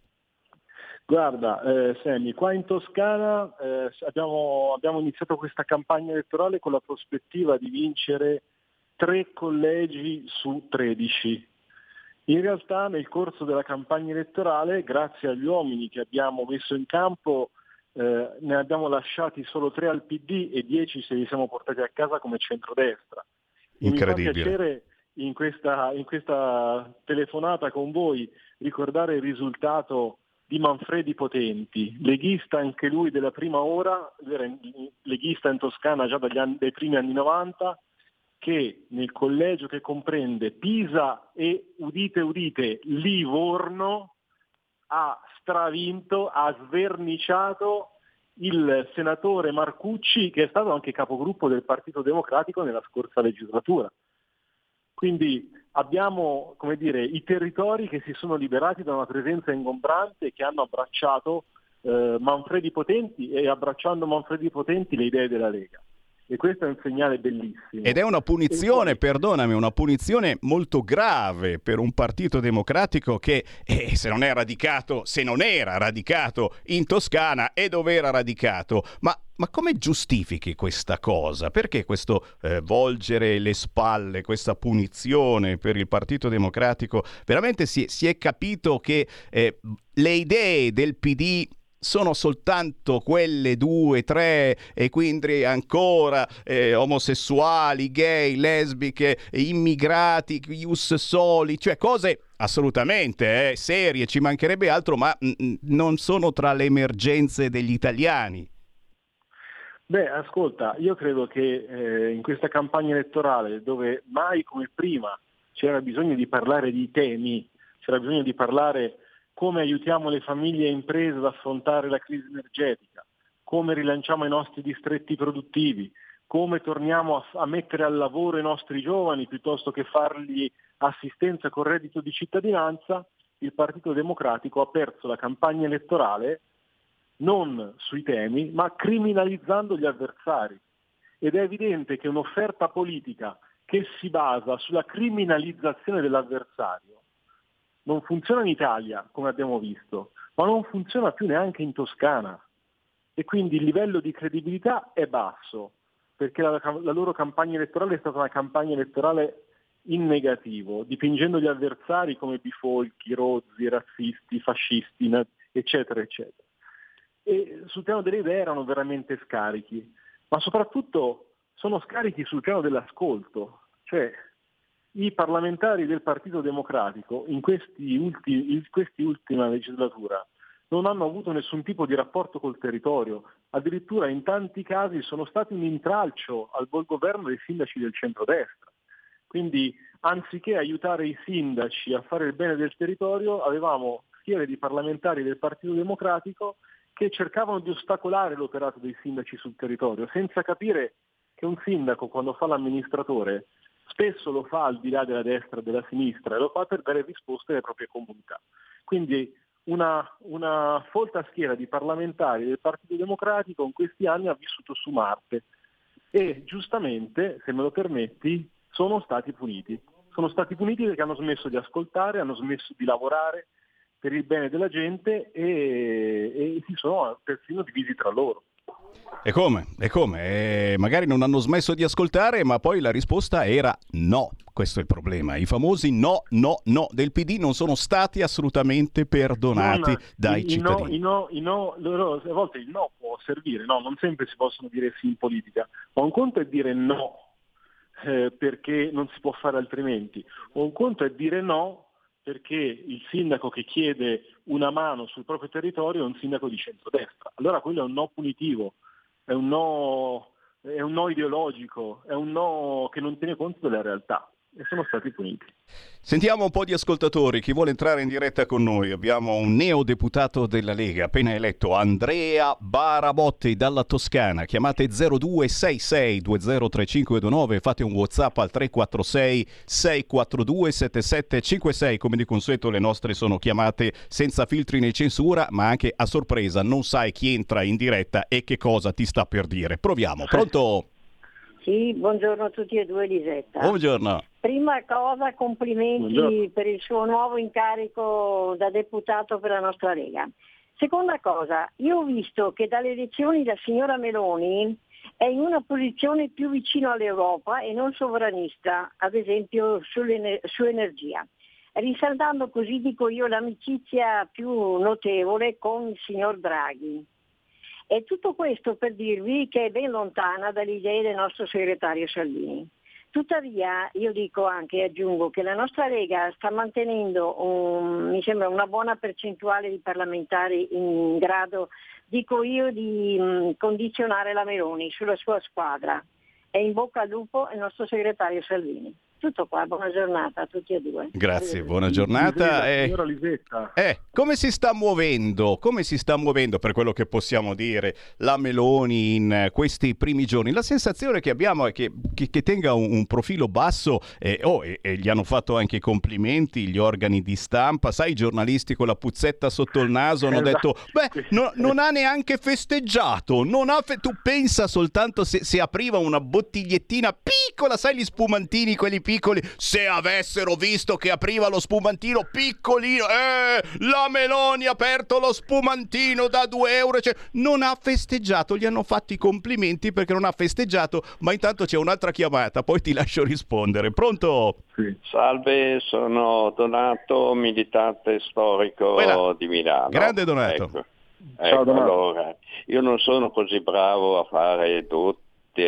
Guarda, eh, Sammy, qua in Toscana eh, abbiamo, abbiamo iniziato questa campagna elettorale con la prospettiva di vincere tre collegi su tredici. In realtà nel corso della campagna elettorale, grazie agli uomini che abbiamo messo in campo, eh, ne abbiamo lasciati solo tre al P D e dieci se li siamo portati a casa come centrodestra. Incredibile. Mi fa piacere in questa, in questa telefonata con voi ricordare il risultato di Manfredi Potenti, leghista anche lui della prima ora, leghista in Toscana già dagli anni, dai primi anni novanta, che nel collegio che comprende Pisa e, udite udite, Livorno, ha stravinto, ha sverniciato il senatore Marcucci, che è stato anche capogruppo del Partito Democratico nella scorsa legislatura. Quindi abbiamo, come dire, i territori che si sono liberati da una presenza ingombrante e che hanno abbracciato eh, Manfredi Potenti e abbracciando Manfredi Potenti le idee della Lega. E questo è un segnale bellissimo. Ed è una punizione, poi... perdonami, una punizione molto grave per un partito democratico che eh, se non è radicato, se non era radicato in Toscana e dove era radicato. Ma, ma come giustifichi questa cosa? Perché questo eh, volgere le spalle, questa punizione per il Partito Democratico? Veramente si, si è capito che eh, le idee del P D sono soltanto quelle due, tre, e quindi ancora eh, omosessuali, gay, lesbiche, immigrati, ius soli, cioè cose assolutamente eh, serie, ci mancherebbe altro, ma mh, non sono tra le emergenze degli italiani. Beh, ascolta, io credo che eh, in questa campagna elettorale, dove mai come prima c'era bisogno di parlare di temi, c'era bisogno di parlare come aiutiamo le famiglie e imprese ad affrontare la crisi energetica, come rilanciamo i nostri distretti produttivi, come torniamo a, a mettere al lavoro i nostri giovani piuttosto che fargli assistenza con reddito di cittadinanza, il Partito Democratico ha perso la campagna elettorale non sui temi, ma criminalizzando gli avversari. Ed è evidente che un'offerta politica che si basa sulla criminalizzazione dell'avversario non funziona in Italia, come abbiamo visto, ma non funziona più neanche in Toscana. E quindi il livello di credibilità è basso, perché la, la loro campagna elettorale è stata una campagna elettorale in negativo, dipingendo gli avversari come bifolchi, rozzi, razzisti, fascisti, eccetera, eccetera. E sul piano delle idee erano veramente scarichi, ma soprattutto sono scarichi sul piano dell'ascolto, cioè i parlamentari del Partito Democratico in questi ultimi, in questi ultima legislatura non hanno avuto nessun tipo di rapporto col territorio, addirittura in tanti casi sono stati un intralcio al buon governo dei sindaci del centrodestra. Quindi anziché aiutare i sindaci a fare il bene del territorio, avevamo schiere di parlamentari del Partito Democratico che cercavano di ostacolare l'operato dei sindaci sul territorio, senza capire che un sindaco quando fa l'amministratore spesso lo fa al di là della destra e della sinistra e lo fa per dare risposte alle proprie comunità. Quindi una, una folta schiera di parlamentari del Partito Democratico in questi anni ha vissuto su Marte e giustamente, se me lo permetti, sono stati puniti. Sono stati puniti perché hanno smesso di ascoltare, hanno smesso di lavorare per il bene della gente e, e si sono persino divisi tra loro. E come? E come? E magari non hanno smesso di ascoltare, ma poi la risposta era no. Questo è il problema. I famosi no, no, no del P D non sono stati assolutamente perdonati non, dai i, cittadini. I no, i no, i no, loro, a volte il no può servire, no, non sempre si possono dire sì in politica, ma un conto è dire no eh, perché non si può fare altrimenti, un conto è dire no perché il sindaco che chiede una mano sul proprio territorio è un sindaco di centrodestra. Allora quello è un no punitivo, è un no, è un no ideologico, è un no che non tiene conto della realtà. e sono stati puniti. Sentiamo un po' di ascoltatori, chi vuole entrare in diretta con noi. Abbiamo un neodeputato della Lega appena eletto, Andrea Barabotti dalla Toscana. Chiamate zero due sei sei due zero tre cinque due nove, fate un WhatsApp al tre quattro sei sei quattro due sette sette cinque sei. Come di consueto le nostre sono chiamate senza filtri né censura, ma anche a sorpresa, non sai chi entra in diretta e che cosa ti sta per dire. Proviamo, pronto? Sì, buongiorno a tutti e due, Lisetta. Buongiorno. Prima cosa, complimenti buongiorno. Per il suo nuovo incarico da deputato per la nostra Lega. Seconda cosa, io ho visto che dalle elezioni la signora Meloni è in una posizione più vicino all'Europa e non sovranista, ad esempio su energia, risaldando così, dico io, l'amicizia più notevole con il signor Draghi. E tutto questo per dirvi che è ben lontana dalle idee del nostro segretario Salvini. Tuttavia io dico anche e aggiungo che la nostra Lega sta mantenendo un, mi sembra una buona percentuale di parlamentari in grado, dico io, di mh, condizionare la Meloni sulla sua squadra. E in bocca al lupo il nostro segretario Salvini. Tutto qua, buona giornata a tutti e due. Grazie, buona giornata. Signora Lisetta. Eh, come si sta muovendo? Come si sta muovendo, per quello che possiamo dire, la Meloni in questi primi giorni? La sensazione che abbiamo è che, che, che tenga un, un profilo basso eh, oh, e, e gli hanno fatto anche i complimenti gli organi di stampa, sai, i giornalisti con la puzzetta sotto il naso hanno esatto. detto beh, no, non ha neanche festeggiato, non ha fe- tu pensa soltanto se, se apriva una bottigliettina piccola, sai, gli spumantini quelli piccoli, se avessero visto che apriva lo spumantino piccolino, eh, la Meloni ha aperto lo spumantino da due euro, cioè, non ha festeggiato, gli hanno fatto i complimenti perché non ha festeggiato, ma intanto c'è un'altra chiamata, poi ti lascio rispondere. Pronto? Sì. Salve, sono Donato, militante storico Quella. di Milano. Grande Donato. Ecco, Ciao, ecco Donato. allora, io non sono così bravo a fare tutte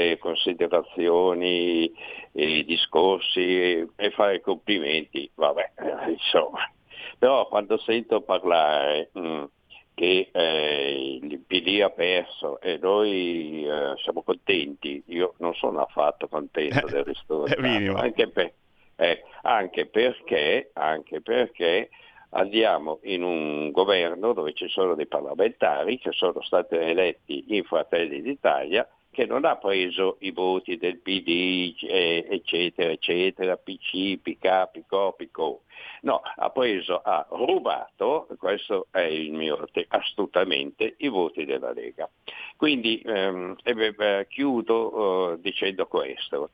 considerazioni e discorsi e, e fare complimenti, vabbè, eh, insomma. Però quando sento parlare mh, che eh, il P D ha perso e noi eh, siamo contenti, io non sono affatto contento del risultato, anche, per, eh, anche perché anche perché andiamo in un governo dove ci sono dei parlamentari che sono stati eletti in Fratelli d'Italia, che non ha preso i voti del P D, eccetera, eccetera, P C, P K, P C O, P C O. No, ha preso, ha rubato, questo è il mio te, astutamente, i voti della Lega. Quindi ehm, eh, chiudo eh, dicendo questo.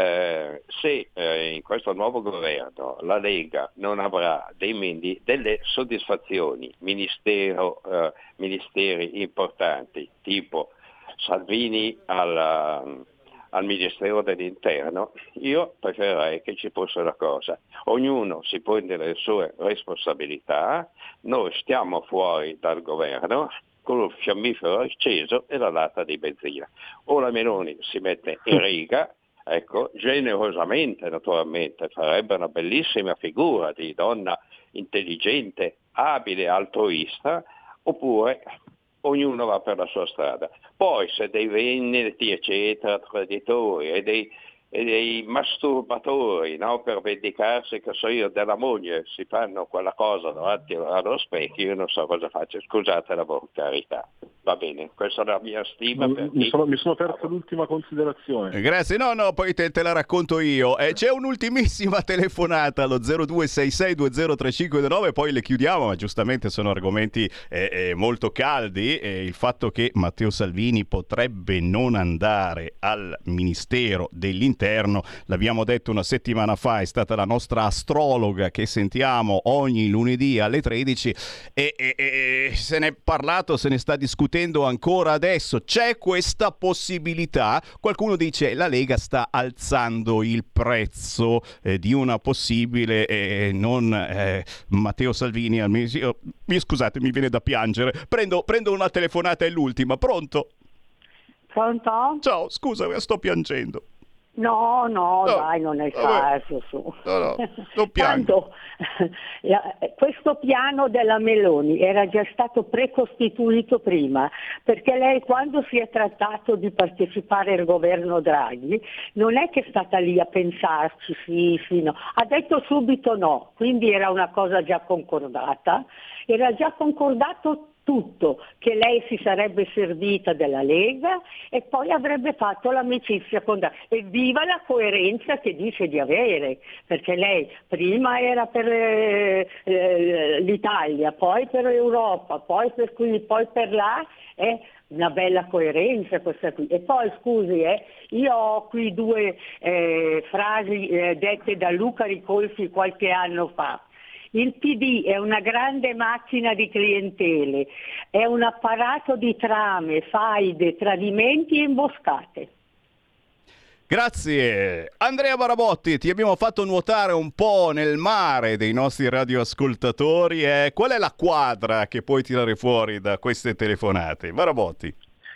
Eh, se eh, in questo nuovo governo la Lega non avrà dei mindi, delle soddisfazioni, ministero, eh, ministeri importanti, tipo Salvini alla, al Ministero dell'Interno, io preferirei che ci fosse una cosa: ognuno si prende le sue responsabilità, noi stiamo fuori dal governo con il fiammifero acceso e la lata di benzina. O la Meloni si mette in riga, ecco, generosamente naturalmente, farebbe una bellissima figura di donna intelligente, abile, altruista, oppure ognuno va per la sua strada. Poi se dei venditi, eccetera, traditori e dei, e dei masturbatori, no, per vendicarsi, che so io, della moglie, si fanno quella cosa davanti allo specchio, io non so cosa faccio, scusate la volgarità. Va bene, questa è la mia stima. Per mi, chi... sono, mi sono perso l'ultima considerazione. Grazie, no, no, poi te, te la racconto io. Eh, c'è un'ultimissima telefonata allo zero due sei sei due zero tre cinque due nove, poi le chiudiamo, ma giustamente sono argomenti eh, eh, molto caldi. Eh, il fatto che Matteo Salvini potrebbe non andare al Ministero dell'Interno, l'abbiamo detto una settimana fa, è stata la nostra astrologa che sentiamo ogni lunedì alle tredici e, e, e se ne è parlato, se ne sta discutendo ancora adesso. C'è questa possibilità. Qualcuno dice la Lega sta alzando il prezzo eh, di una possibile eh, non eh, Matteo Salvini al ministero. Mi scusate, mi viene da piangere. Prendo, prendo una telefonata, è l'ultima. Pronto? Pronto? Ciao, scusa, sto piangendo. No, no, No, dai, non è il vabbè. caso, su. No, no, non piango. Tanto, la- questo piano della Meloni era già stato precostituito prima, perché lei quando si è trattato di partecipare al governo Draghi non è che è stata lì a pensarci, sì, sì, no, ha detto subito no, quindi era una cosa già concordata, era già concordato tutto, che lei si sarebbe servita della Lega e poi avrebbe fatto l'amicizia con Draghi. E viva la coerenza che dice di avere, perché lei prima era per eh, eh, l'Italia, poi per l'Europa, poi per qui, poi per là, è una bella coerenza questa qui. E poi scusi, eh, io ho qui due eh, frasi eh, dette da Luca Ricolfi qualche anno fa. Il P D è una grande macchina di clientele, è un apparato di trame, faide, tradimenti e imboscate. Grazie. Andrea Barabotti, ti abbiamo fatto nuotare un po' nel mare dei nostri radioascoltatori. Eh. Qual è la quadra che puoi tirare fuori da queste telefonate? Barabotti.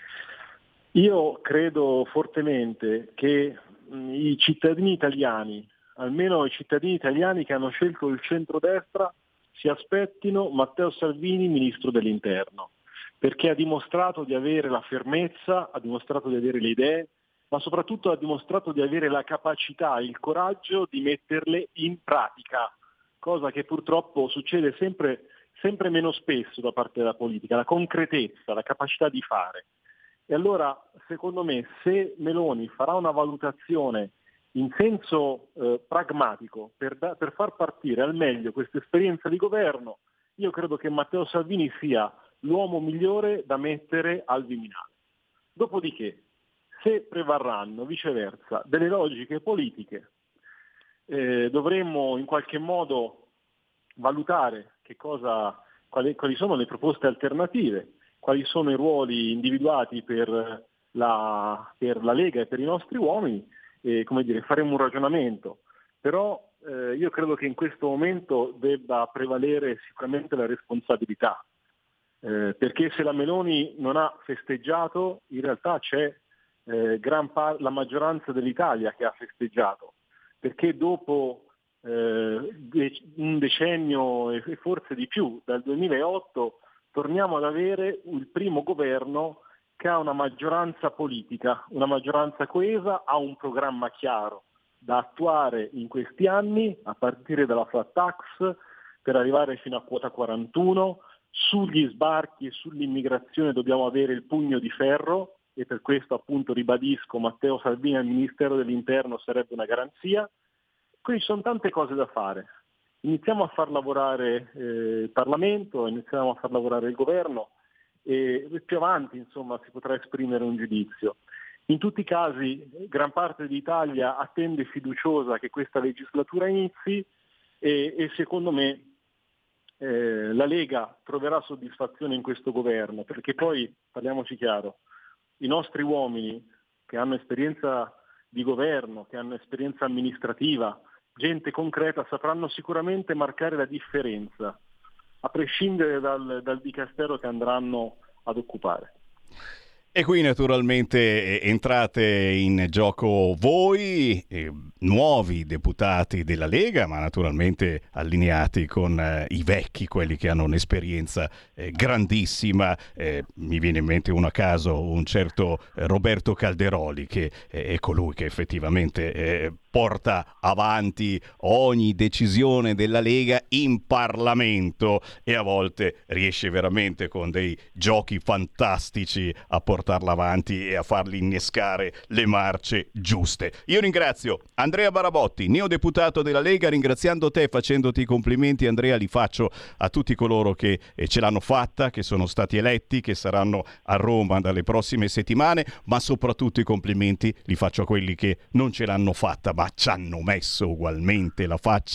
Io credo fortemente che mh, i cittadini italiani, almeno i cittadini italiani che hanno scelto il centrodestra, si aspettino Matteo Salvini ministro dell'Interno, perché ha dimostrato di avere la fermezza, ha dimostrato di avere le idee, ma soprattutto ha dimostrato di avere la capacità, il coraggio di metterle in pratica, cosa che purtroppo succede sempre, sempre meno spesso da parte della politica, la concretezza, la capacità di fare. E allora, secondo me, se Meloni farà una valutazione in senso eh, pragmatico per, da, per far partire al meglio questa esperienza di governo, io credo che Matteo Salvini sia l'uomo migliore da mettere al Viminale. Dopodiché, se prevarranno viceversa delle logiche politiche, eh, dovremmo in qualche modo valutare che cosa, quali, quali sono le proposte alternative, quali sono i ruoli individuati per la, per la Lega e per i nostri uomini. E, come dire, faremo un ragionamento, però eh, io credo che in questo momento debba prevalere sicuramente la responsabilità, eh, perché se la Meloni non ha festeggiato, in realtà c'è eh, gran par- la maggioranza dell'Italia che ha festeggiato, perché dopo eh, de- un decennio e forse di più, dal duemilaotto, torniamo ad avere il primo governo che ha una maggioranza politica, una maggioranza coesa, ha un programma chiaro da attuare in questi anni, a partire dalla flat tax per arrivare fino a quota quarantuno, sugli sbarchi e sull'immigrazione dobbiamo avere il pugno di ferro e per questo appunto ribadisco Matteo Salvini al Ministero dell'Interno sarebbe una garanzia. Quindi ci sono tante cose da fare. Iniziamo a far lavorare eh, il Parlamento, iniziamo a far lavorare il governo, e più avanti insomma si potrà esprimere un giudizio. In tutti i casi gran parte d'Italia attende fiduciosa che questa legislatura inizi e, e secondo me eh, la Lega troverà soddisfazione in questo governo, perché poi, parliamoci chiaro, i nostri uomini che hanno esperienza di governo, che hanno esperienza amministrativa, gente concreta, sapranno sicuramente marcare la differenza a prescindere dal, dal dicastero che andranno ad occupare. E qui naturalmente entrate in gioco voi, eh, nuovi deputati della Lega, ma naturalmente allineati con eh, i vecchi, quelli che hanno un'esperienza eh, grandissima. Eh, mi viene in mente uno a caso, un certo eh, Roberto Calderoli, che eh, è colui che effettivamente eh, porta avanti ogni decisione della Lega in Parlamento e a volte riesce veramente con dei giochi fantastici a portarla avanti e a farli innescare le marce giuste. Io ringrazio Andrea Barabotti, neodeputato della Lega, ringraziando te, facendoti i complimenti. Andrea, li faccio a tutti coloro che eh, ce l'hanno fatta, che sono stati eletti, che saranno a Roma dalle prossime settimane, ma soprattutto i complimenti li faccio a quelli che non ce l'hanno fatta, ma ci hanno messo ugualmente la faccia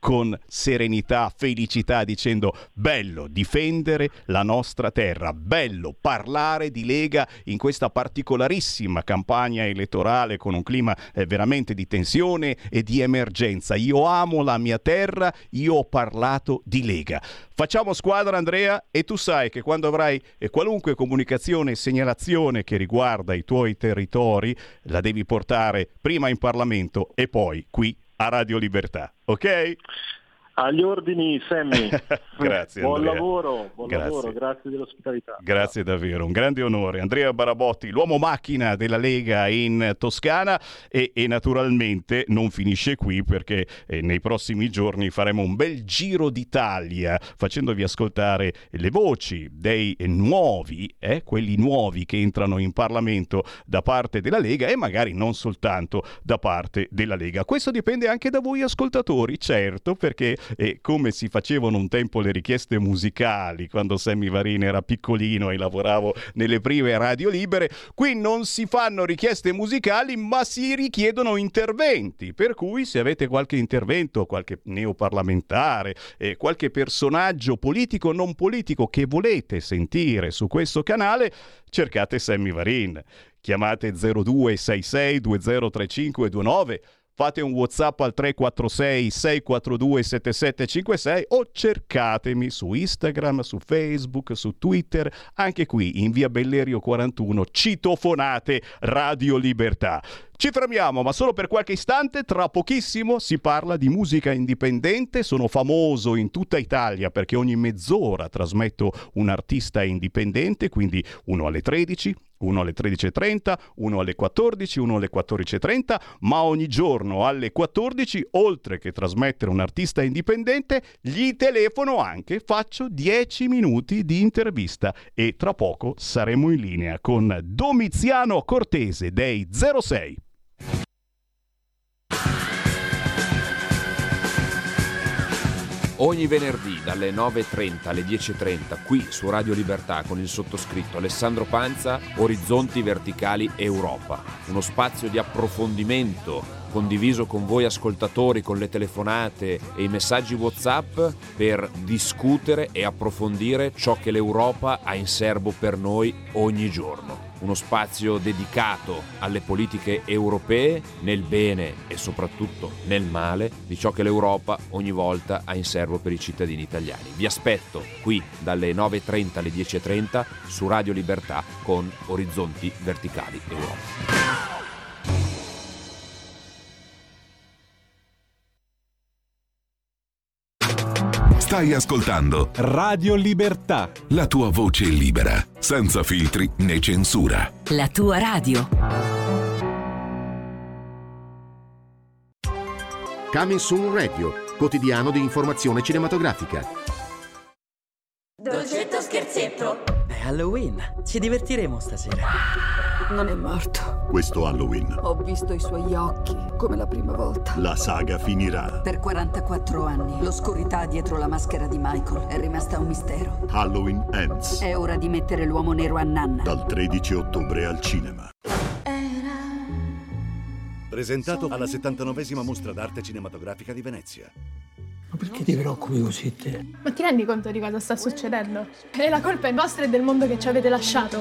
con serenità, felicità, dicendo bello difendere la nostra terra, bello parlare di Lega in questa particolarissima campagna elettorale con un clima eh, veramente di tensione e di emergenza. Io amo la mia terra, io ho parlato di Lega. Facciamo squadra, Andrea, e tu sai che quando avrai eh, qualunque comunicazione e segnalazione che riguarda i tuoi territori la devi portare prima in Parlamento e poi qui a Radio Libertà, ok? Agli ordini, Sammy. Grazie, buon Andrea. lavoro, buon grazie. lavoro, grazie dell'ospitalità. Grazie davvero, un grande onore. Andrea Barabotti, l'uomo macchina della Lega in Toscana e, e naturalmente non finisce qui, perché eh, nei prossimi giorni faremo un bel giro d'Italia facendovi ascoltare le voci dei nuovi, eh, quelli nuovi che entrano in Parlamento da parte della Lega e magari non soltanto da parte della Lega. Questo dipende anche da voi ascoltatori, certo, perché e come si facevano un tempo le richieste musicali quando Sammy Varin era piccolino e lavoravo nelle prime radio libere, qui non si fanno richieste musicali ma si richiedono interventi, per cui se avete qualche intervento, qualche neoparlamentare, eh, qualche personaggio politico o non politico che volete sentire su questo canale, cercate Sammy Varin, chiamate zero due sei sei due zero tre cinque due nove, fate un WhatsApp al tre quattro sei sei quattro due sette sette cinque sei o cercatemi su Instagram, su Facebook, su Twitter, anche qui in via Bellerio quarantuno, citofonate Radio Libertà. Ci fermiamo, ma solo per qualche istante, tra pochissimo si parla di musica indipendente. Sono famoso in tutta Italia perché ogni mezz'ora trasmetto un artista indipendente, quindi uno alle tredici, uno alle tredici e trenta, uno alle quattordici, uno alle quattordici e trenta, ma ogni giorno alle quattordici, oltre che trasmettere un artista indipendente, gli telefono anche, faccio dieci minuti di intervista e tra poco saremo in linea con Domiziano Cortese dei zero sei. Ogni venerdì dalle nove e trenta alle dieci e trenta qui su Radio Libertà con il sottoscritto Alessandro Panza, Orizzonti Verticali Europa, uno spazio di approfondimento condiviso con voi ascoltatori con le telefonate e i messaggi WhatsApp per discutere e approfondire ciò che l'Europa ha in serbo per noi ogni giorno. Uno spazio dedicato alle politiche europee nel bene e soprattutto nel male di ciò che l'Europa ogni volta ha in serbo per i cittadini italiani. Vi aspetto qui dalle nove e trenta alle dieci e trenta su Radio Libertà con Orizzonti Verticali Europa. Stai ascoltando Radio Libertà, la tua voce libera, senza filtri né censura. La tua radio. Coming Soon Radio, quotidiano di informazione cinematografica. Dolcetto scherzetto. È Halloween, ci divertiremo stasera. Non è morto. Questo Halloween Ho visto i suoi occhi, come la prima volta. la saga finirà. Per quarantaquattro anni, l'oscurità dietro la maschera di Michael è rimasta un mistero. Halloween Ends, È ora di mettere l'uomo nero a nanna. dal tredici ottobre al cinema. Presentato alla settantanovesima Mostra d'Arte Cinematografica di Venezia. Ma perché ti preoccupi così te? Ma ti rendi conto di cosa sta succedendo? E la colpa è vostra e del mondo che ci avete lasciato.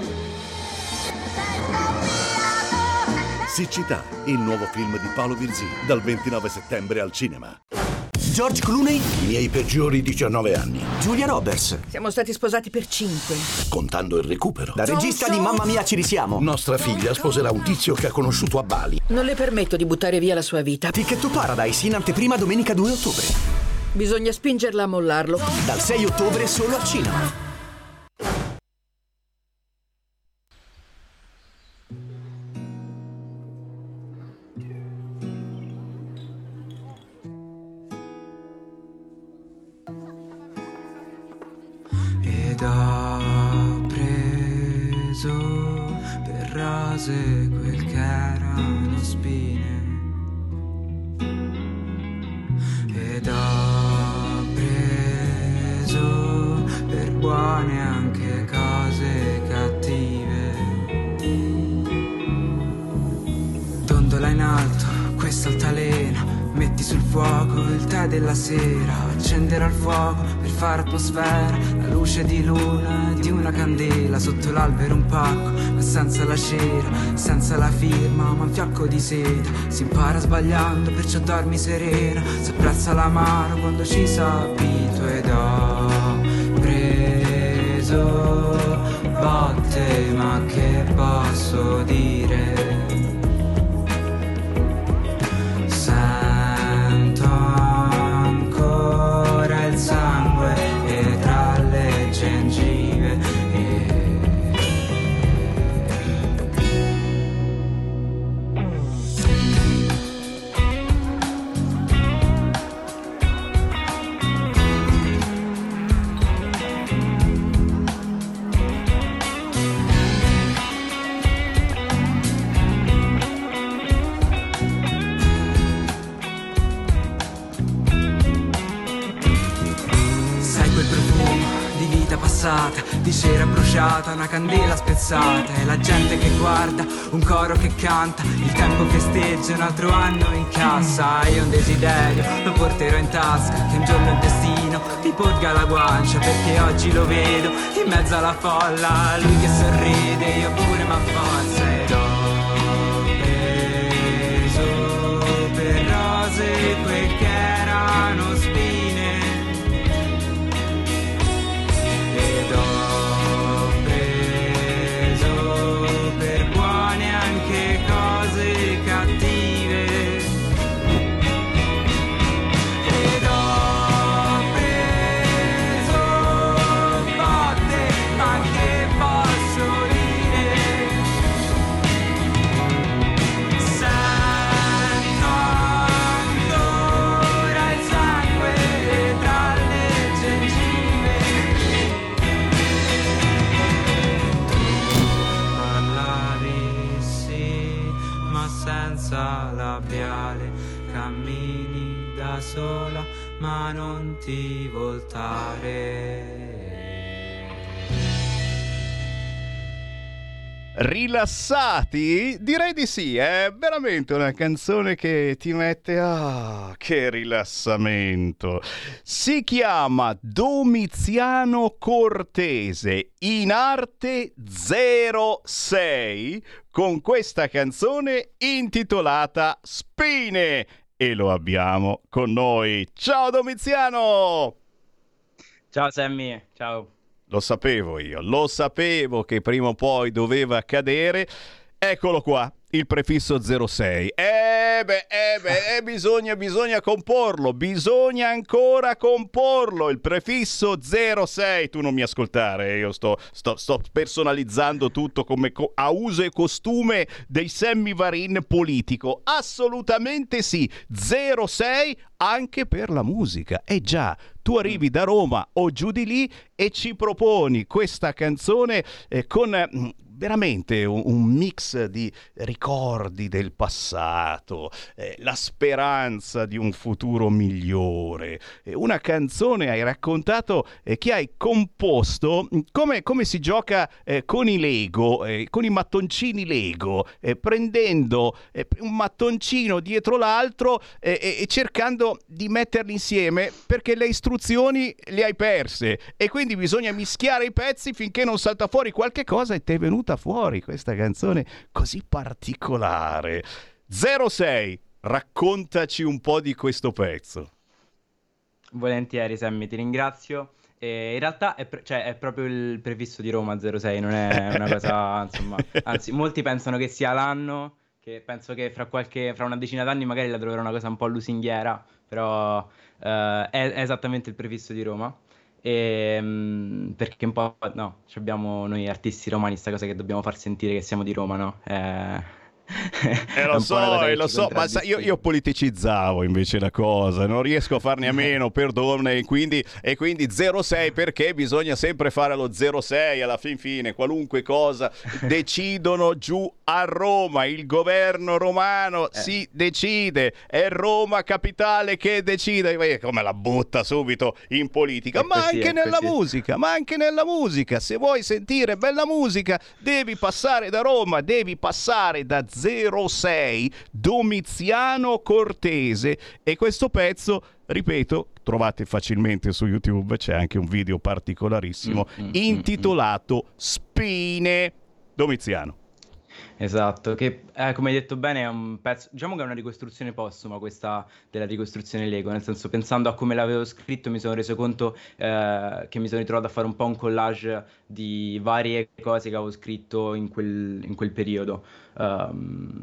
Siccità, il nuovo film di Paolo Virzì, dal ventinove settembre al cinema. George Clooney. I miei peggiori diciannove anni. Giulia Roberts. Siamo stati sposati per cinque. Contando il recupero. La regista di Mamma Mia ci risiamo. Nostra figlia sposerà un tizio che ha conosciuto a Bali. Non le permetto di buttare via la sua vita. Ticket to Paradise in anteprima domenica due ottobre. Bisogna spingerla a mollarlo. Dal sei ottobre solo al cinema. Ed ho preso per rose quel che erano spine. Ed ho preso per buone anche cose cattive. Dondola in alto, questa altalena Metti sul fuoco il tè della sera, accenderò il fuoco per fare atmosfera, la luce di luna di una candela, sotto l'albero un pacco, ma senza la cera, senza la firma, ma un fiocco di seta. Si impara sbagliando, perciò dormi serena, si apprezza l'amaro quando ci s'abitua. Ed ho preso botte, ma che posso dire? Sento ancora il sangue e tra le gengive e... di cera bruciata, una candela spezzata, e la gente che guarda, un coro che canta, il tempo festeggia, un altro anno in cassa. Io ho un desiderio, lo porterò in tasca, che un giorno il destino ti porga la guancia, perché oggi lo vedo in mezzo alla folla, lui che sorride, io pure m'abbozza. Ed ho preso per rose quel che erano spine, ed ho preso per buone anche cose cattive, ed ho preso botte, ma che posso dire? Sento ancora il sangue tra le gengive. Parlavi sì, ma senza labiale, cammini da sola, ma non ti voltare. Rilassati? Direi di sì, è veramente una canzone che ti mette... Ah, che rilassamento! Si chiama Domiziano Cortese, in arte zero sei, con questa canzone intitolata Spine, e lo abbiamo con noi. Ciao Domiziano! Ciao Sammy, ciao. Lo sapevo io, lo sapevo che prima o poi doveva accadere. Eccolo qua, il prefisso zero sei. Eh beh, eh beh, eh, bisogna, bisogna comporlo, bisogna ancora comporlo. Il prefisso zero sei, tu non mi ascoltare, io sto, sto, sto personalizzando tutto come co- a uso e costume dei Sammy Varin politico. Assolutamente sì, zero sei anche per la musica. Eh già, tu arrivi da Roma o giù di lì e ci proponi questa canzone eh, con... Eh, veramente un, un mix di ricordi del passato, eh, la speranza di un futuro migliore. Eh, una canzone hai raccontato eh, che hai composto come, come si gioca eh, con i Lego, eh, con i mattoncini Lego, eh, prendendo eh, un mattoncino dietro l'altro eh, e, e cercando di metterli insieme, perché le istruzioni le hai perse e quindi bisogna mischiare i pezzi finché non salta fuori qualche cosa, e ti è venuta fuori questa canzone così particolare. zero sei, raccontaci un po' di questo pezzo. Volentieri Sammy, ti ringrazio. E in realtà è, pre- cioè, è proprio il prefisso di Roma zero sei, non è una cosa, insomma, anzi molti pensano che sia l'anno, che penso che fra qualche fra una decina d'anni magari la troverò una cosa un po' lusinghiera, però eh, è, è esattamente il prefisso di Roma. E, mh, perché un po' no, abbiamo noi artisti romani questa cosa che dobbiamo far sentire che siamo di Roma, no? Eh... Eh, lo so, eh, lo so, ma sai, io, io politicizzavo invece la cosa, non riesco a farne a meno, perdona, e quindi, e quindi zero sei, perché bisogna sempre fare lo zero sei alla fin fine, qualunque cosa decidono giù a Roma, il governo romano eh. si decide, è Roma capitale che decide, come la butta subito in politica, ma così, anche nella così. musica, ma anche nella musica, se vuoi sentire bella musica devi passare da Roma, devi passare da zero sei, Domiziano Cortese, e questo pezzo, ripeto, trovate facilmente su YouTube, c'è anche un video particolarissimo mm, mm, intitolato mm, mm. Spine. Domiziano. Esatto, che eh, come hai detto bene è un pezzo, diciamo che è una ricostruzione postuma questa della ricostruzione Lego, nel senso, pensando a come l'avevo scritto mi sono reso conto eh, che mi sono ritrovato a fare un po' un collage di varie cose che avevo scritto in quel, in quel periodo. Um,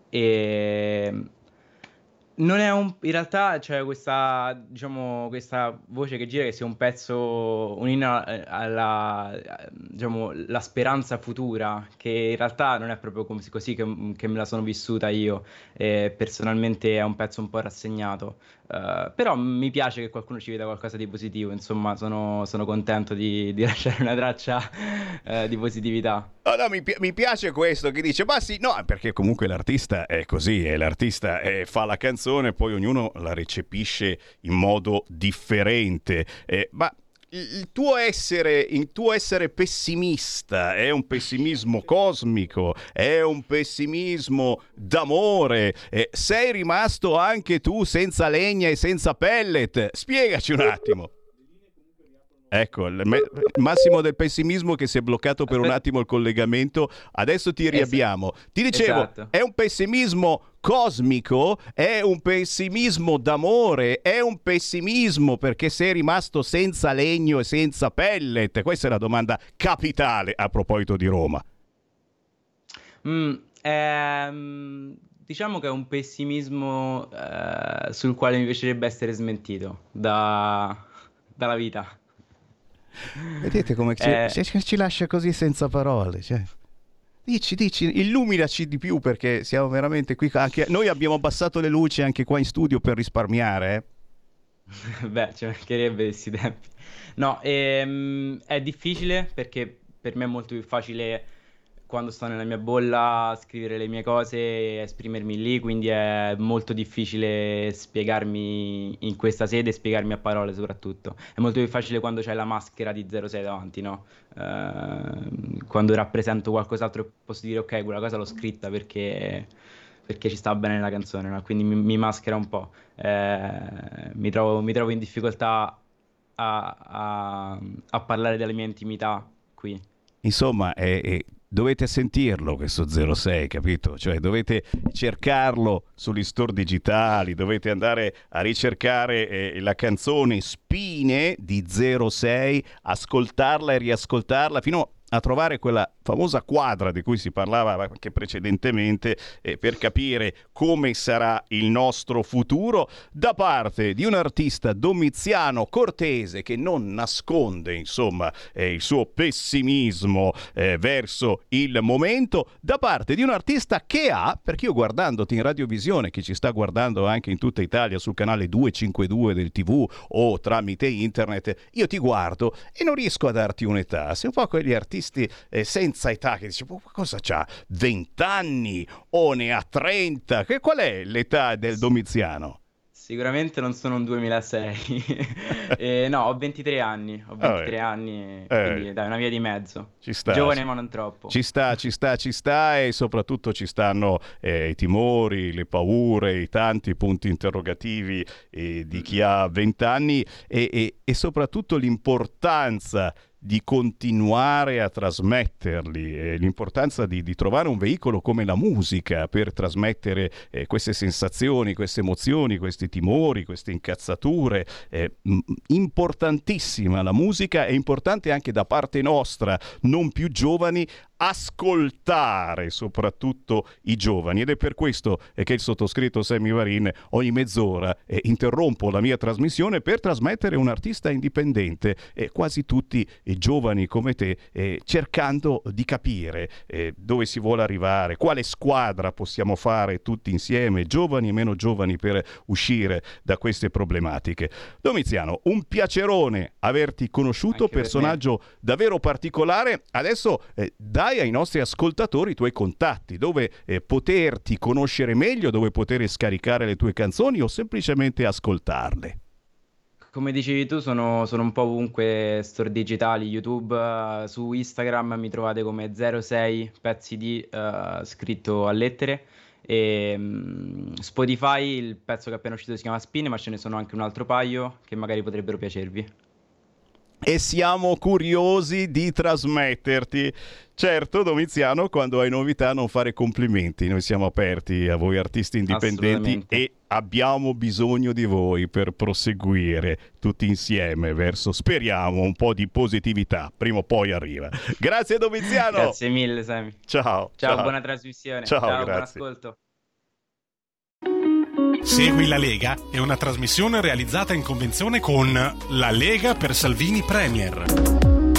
e non è un, in realtà c'è questa, diciamo, questa voce che gira che sia un pezzo, un'inna alla, diciamo, la speranza futura, che in realtà non è proprio così, così che, che me la sono vissuta io, e personalmente è un pezzo un po' rassegnato, uh, però mi piace che qualcuno ci veda qualcosa di positivo, insomma sono, sono contento di, di lasciare una traccia uh, di positività. Oh, no, mi, pi- mi piace questo che dice, ma sì, no, perché comunque l'artista è così, e l'artista è, fa la canzone, poi ognuno la recepisce in modo differente, eh, ma il tuo essere, il tuo essere pessimista è un pessimismo cosmico, è un pessimismo d'amore, eh, sei rimasto anche tu senza legna e senza pellet, spiegaci un attimo. Ecco, il, me- il massimo del pessimismo che si è bloccato per un attimo il collegamento, adesso ti riabbiamo. Ti dicevo, esatto. È un pessimismo cosmico, è un pessimismo d'amore, è un pessimismo perché sei rimasto senza legno e senza pellet? Questa è la domanda capitale a proposito di Roma. Mm, ehm, diciamo che è un pessimismo eh, sul quale mi piacerebbe essere smentito da, dalla vita. Vedete come ci, eh... ci, ci lascia così senza parole, cioè. Dici, dici, illuminaci di più, perché siamo veramente qui, anche noi abbiamo abbassato le luci anche qua in studio per risparmiare, eh? Beh, ci mancherebbe questi tempi. No, ehm, è difficile perché per me è molto più facile quando sto nella mia bolla scrivere le mie cose e esprimermi lì, quindi è molto difficile spiegarmi in questa sede, spiegarmi a parole soprattutto. È molto più facile quando c'hai la maschera di zero sei davanti, no? Uh, quando rappresento qualcos'altro e posso dire ok, quella cosa l'ho scritta perché, perché ci sta bene nella canzone, no? Quindi mi, mi maschera un po'. Eh, mi trovo, mi trovo in difficoltà a, a, a parlare della mia intimità qui. Insomma, è... è... dovete sentirlo questo zero sei, capito? Cioè dovete cercarlo sugli store digitali, dovete andare a ricercare eh, la canzone Spine di zero sei, ascoltarla e riascoltarla fino a trovare quella famosa quadra di cui si parlava anche precedentemente, eh, per capire come sarà il nostro futuro, da parte di un artista, Domiziano Cortese, che non nasconde insomma eh, il suo pessimismo eh, verso il momento, da parte di un artista che ha, perché io guardandoti in radiovisione, che ci sta guardando anche in tutta Italia sul canale duecentocinquantadue del tivù o tramite internet, io ti guardo e non riesco a darti un'età, sei un po' quegli artisti Eh, senza età che dice, cosa c'ha? venti anni o ne ha trenta? Che, qual è l'età del Domiziano? Sicuramente non sono un duemilasei. eh, no, ho ventitré anni, ho ventitré oh, anni, quindi eh, dai, una via di mezzo. Ci sta, giovane ci, ma non troppo. Ci sta, ci sta, ci sta, e soprattutto ci stanno eh, i timori, le paure, i tanti punti interrogativi eh, di chi ha venti anni e, e, e soprattutto l'importanza di continuare a trasmetterli, eh, l'importanza di, di trovare un veicolo come la musica per trasmettere eh, queste sensazioni, queste emozioni, questi timori, queste incazzature. Eh, m- importantissima la musica, è importante anche da parte nostra, non più giovani, ascoltare soprattutto i giovani, ed è per questo eh, che il sottoscritto Sammy Varin ogni mezz'ora eh, interrompo la mia trasmissione per trasmettere un artista indipendente, e eh, quasi tutti eh, giovani come te, eh, cercando di capire eh, dove si vuole arrivare, quale squadra possiamo fare tutti insieme, giovani e meno giovani, per uscire da queste problematiche. Domiziano, un piacerone averti conosciuto, anche personaggio davvero particolare. Adesso eh, dai ai nostri ascoltatori i tuoi contatti, dove eh, poterti conoscere meglio, dove poter scaricare le tue canzoni o semplicemente ascoltarle. come dicevi tu, sono, sono un po' ovunque, store digitali, YouTube, uh, su Instagram mi trovate come zero sei pezzi di uh, scritto a lettere. E um, Spotify, il pezzo che è appena uscito si chiama Spin, ma ce ne sono anche un altro paio che magari potrebbero piacervi. E siamo curiosi di trasmetterti. Certo, Domiziano, quando hai novità non fare complimenti, noi siamo aperti a voi artisti indipendenti e abbiamo bisogno di voi per proseguire tutti insieme verso, speriamo, un po' di positività, prima o poi arriva. Grazie Domiziano! Grazie mille, Sami. Ciao. Ciao, ciao. buona trasmissione. Ciao, ciao buon grazie. ascolto. Segui la Lega è una trasmissione realizzata in convenzione con La Lega per Salvini Premier.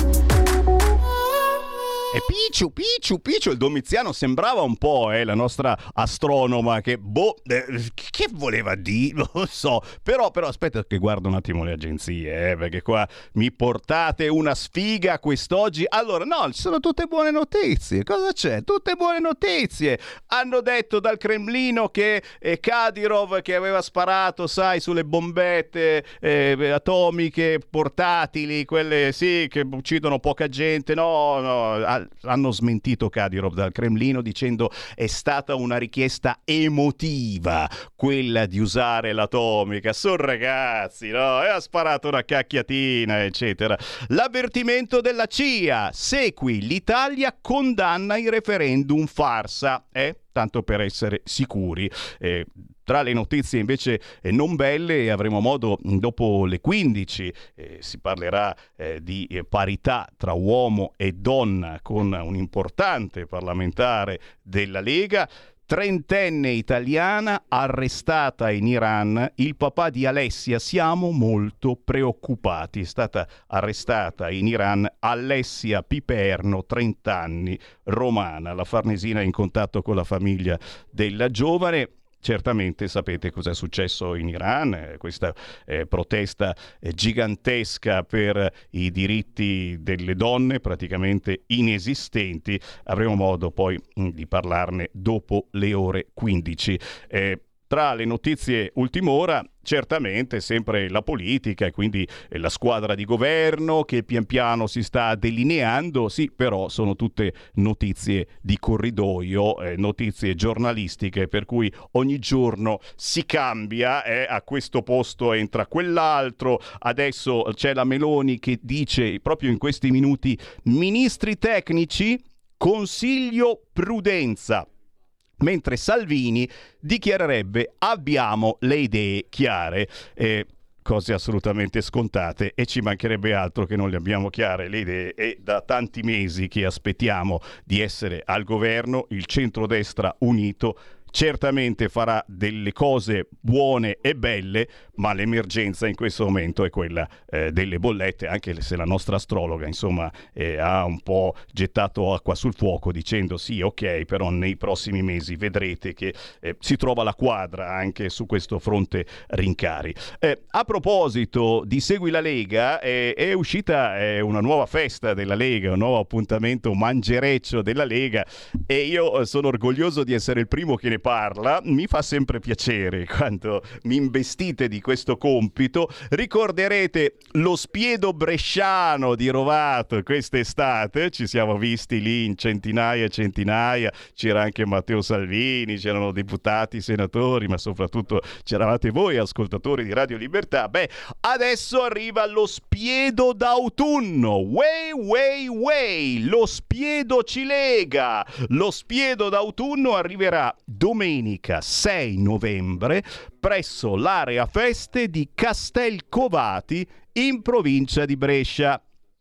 E Picciu, Picciu, Picciu, il Domiziano sembrava un po' eh, la nostra astronoma che, boh, eh, che voleva dire, non lo so, però, però aspetta che guardo un attimo le agenzie, eh, perché qua mi portate una sfiga quest'oggi. Allora, no, ci sono tutte buone notizie, cosa c'è? Tutte buone notizie. Hanno detto dal Cremlino che eh, Kadyrov, che aveva sparato, sai, sulle bombette eh, atomiche portatili, quelle sì, che uccidono poca gente, no, no, hanno smentito Kadyrov dal Cremlino dicendo è stata una richiesta emotiva quella di usare l'atomica. Sono ragazzi, no? E ha sparato una cacchiatina, eccetera. L'avvertimento della C I A: se qui l'Italia condanna i referendum farsa, eh? Tanto per essere sicuri. Eh, tra le notizie invece eh, non belle, avremo modo dopo le quindici, eh, si parlerà eh, di eh, parità tra uomo e donna con un importante parlamentare della Lega. Trentenne italiana arrestata in Iran, il papà di Alessia, siamo molto preoccupati. È stata arrestata in Iran Alessia Piperno, trenta anni, romana. La Farnesina è in contatto con la famiglia della giovane. Certamente sapete cosa è successo in Iran, eh, questa eh, protesta eh, gigantesca per i diritti delle donne, praticamente inesistenti. Avremo modo poi mh, di parlarne dopo le ore quindici. Eh, Tra le notizie ultim'ora, certamente sempre la politica e quindi la squadra di governo che pian piano si sta delineando. Sì, però sono tutte notizie di corridoio, eh, notizie giornalistiche, per cui ogni giorno si cambia, eh, a questo posto entra quell'altro. Adesso c'è la Meloni che dice proprio in questi minuti: ministri tecnici, consiglio prudenza. Mentre Salvini dichiarerebbe abbiamo le idee chiare. Eh, cose assolutamente scontate, e ci mancherebbe altro che non le abbiamo chiare le idee. E da tanti mesi che aspettiamo di essere al governo, il centrodestra unito certamente farà delle cose buone e belle, ma l'emergenza in questo momento è quella eh, delle bollette, anche se la nostra astrologa insomma eh, ha un po' gettato acqua sul fuoco dicendo sì, ok, però nei prossimi mesi vedrete che eh, si trova la quadra anche su questo fronte rincari. Eh, a proposito di Segui la Lega, eh, è uscita eh, una nuova festa della Lega, un nuovo appuntamento, un mangereccio della Lega, e io eh, sono orgoglioso di essere il primo che ne parla. Mi fa sempre piacere quando mi investite di questo compito. Ricorderete lo spiedo bresciano di Rovato quest'estate, ci siamo visti lì in centinaia e centinaia, c'era anche Matteo Salvini, c'erano deputati, senatori, ma soprattutto c'eravate voi ascoltatori di Radio Libertà. Beh, adesso arriva lo spiedo d'autunno, way way way, lo spiedo ci lega. Lo spiedo d'autunno arriverà domenica sei novembre presso l'area feste di Castelcovati in provincia di Brescia.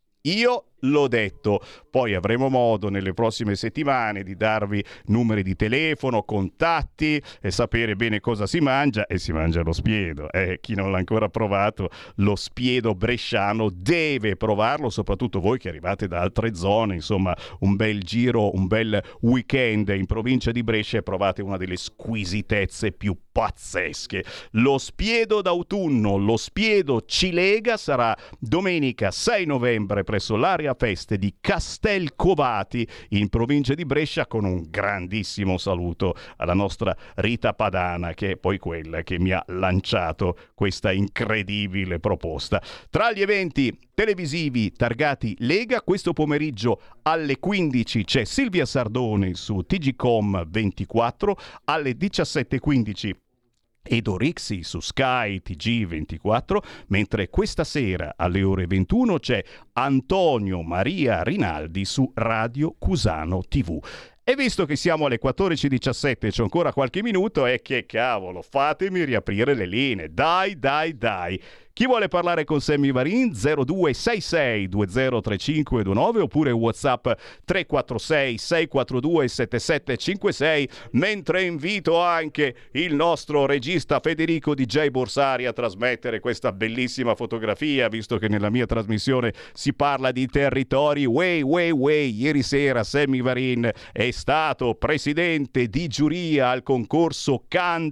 Io l'ho detto, poi avremo modo nelle prossime settimane di darvi numeri di telefono, contatti e sapere bene cosa si mangia, e si mangia lo spiedo. Eh, chi non l'ha ancora provato, lo spiedo bresciano deve provarlo, soprattutto voi che arrivate da altre zone, insomma un bel giro, un bel weekend in provincia di Brescia e provate una delle squisitezze più pazzesche. Lo spiedo d'autunno, lo spiedo ci lega, sarà domenica sei novembre presso l'area Andrea Feste di Castelcovati in provincia di Brescia, con un grandissimo saluto alla nostra Rita Padana, che è poi quella che mi ha lanciato questa incredibile proposta. Tra gli eventi televisivi targati Lega, questo pomeriggio alle quindici c'è Silvia Sardone su T G Com ventiquattro, alle diciassette e quindici Edo Rixi su Sky T G ventiquattro, mentre questa sera alle ore ventuno c'è Antonio Maria Rinaldi su Radio Cusano tivù. E visto che siamo alle quattordici e diciassette, c'è ancora qualche minuto, e che cavolo, fatemi riaprire le linee, dai dai dai. Chi vuole parlare con Sammy Varin? zero due sei sei due zero tre cinque due nove oppure WhatsApp tre quattro sei sei quattro due sette sette cinque sei, mentre invito anche il nostro regista Federico D J Borsari a trasmettere questa bellissima fotografia, visto che nella mia trasmissione si parla di territori. Way, way, way. Ieri sera Sammy Varin è stato presidente di giuria al concorso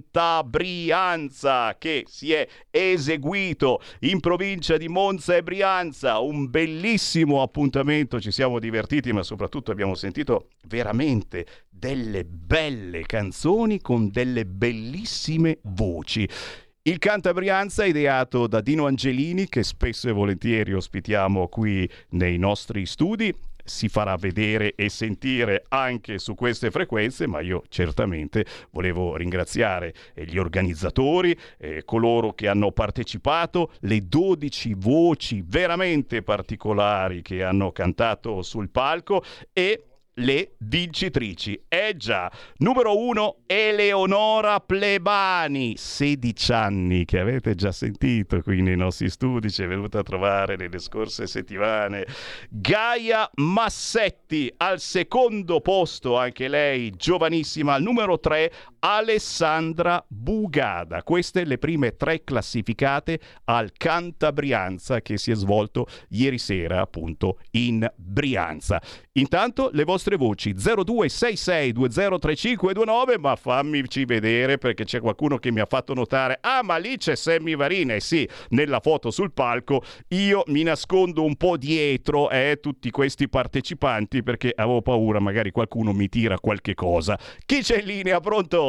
Cantabrianza, che si è eseguito in provincia di Monza e Brianza. Un bellissimo appuntamento, ci siamo divertiti, ma soprattutto abbiamo sentito veramente delle belle canzoni con delle bellissime voci. Il Cantabrianza, ideato da Dino Angelini, che spesso e volentieri ospitiamo qui nei nostri studi, si farà vedere e sentire anche su queste frequenze, ma io certamente volevo ringraziare gli organizzatori, eh, coloro che hanno partecipato, le dodici voci veramente particolari che hanno cantato sul palco e le vincitrici. Eh già, numero uno Eleonora Plebani, sedici anni, che avete già sentito qui nei nostri studi, ci è venuta a trovare nelle scorse settimane. Gaia Massetti al secondo posto, anche lei giovanissima. Al numero tre Alessandra Bugada. Queste le prime tre classificate al Cantabrianza, che si è svolto ieri sera appunto in Brianza. Intanto le vostre voci zero due sei sei due zero tre cinque due nove, ma fammici vedere, perché c'è qualcuno che mi ha fatto notare: ah, ma lì c'è Sammy Varin. Eh sì, nella foto sul palco io mi nascondo un po' dietro eh, tutti questi partecipanti, perché avevo paura magari qualcuno mi tira qualche cosa. Chi c'è in linea? Pronto?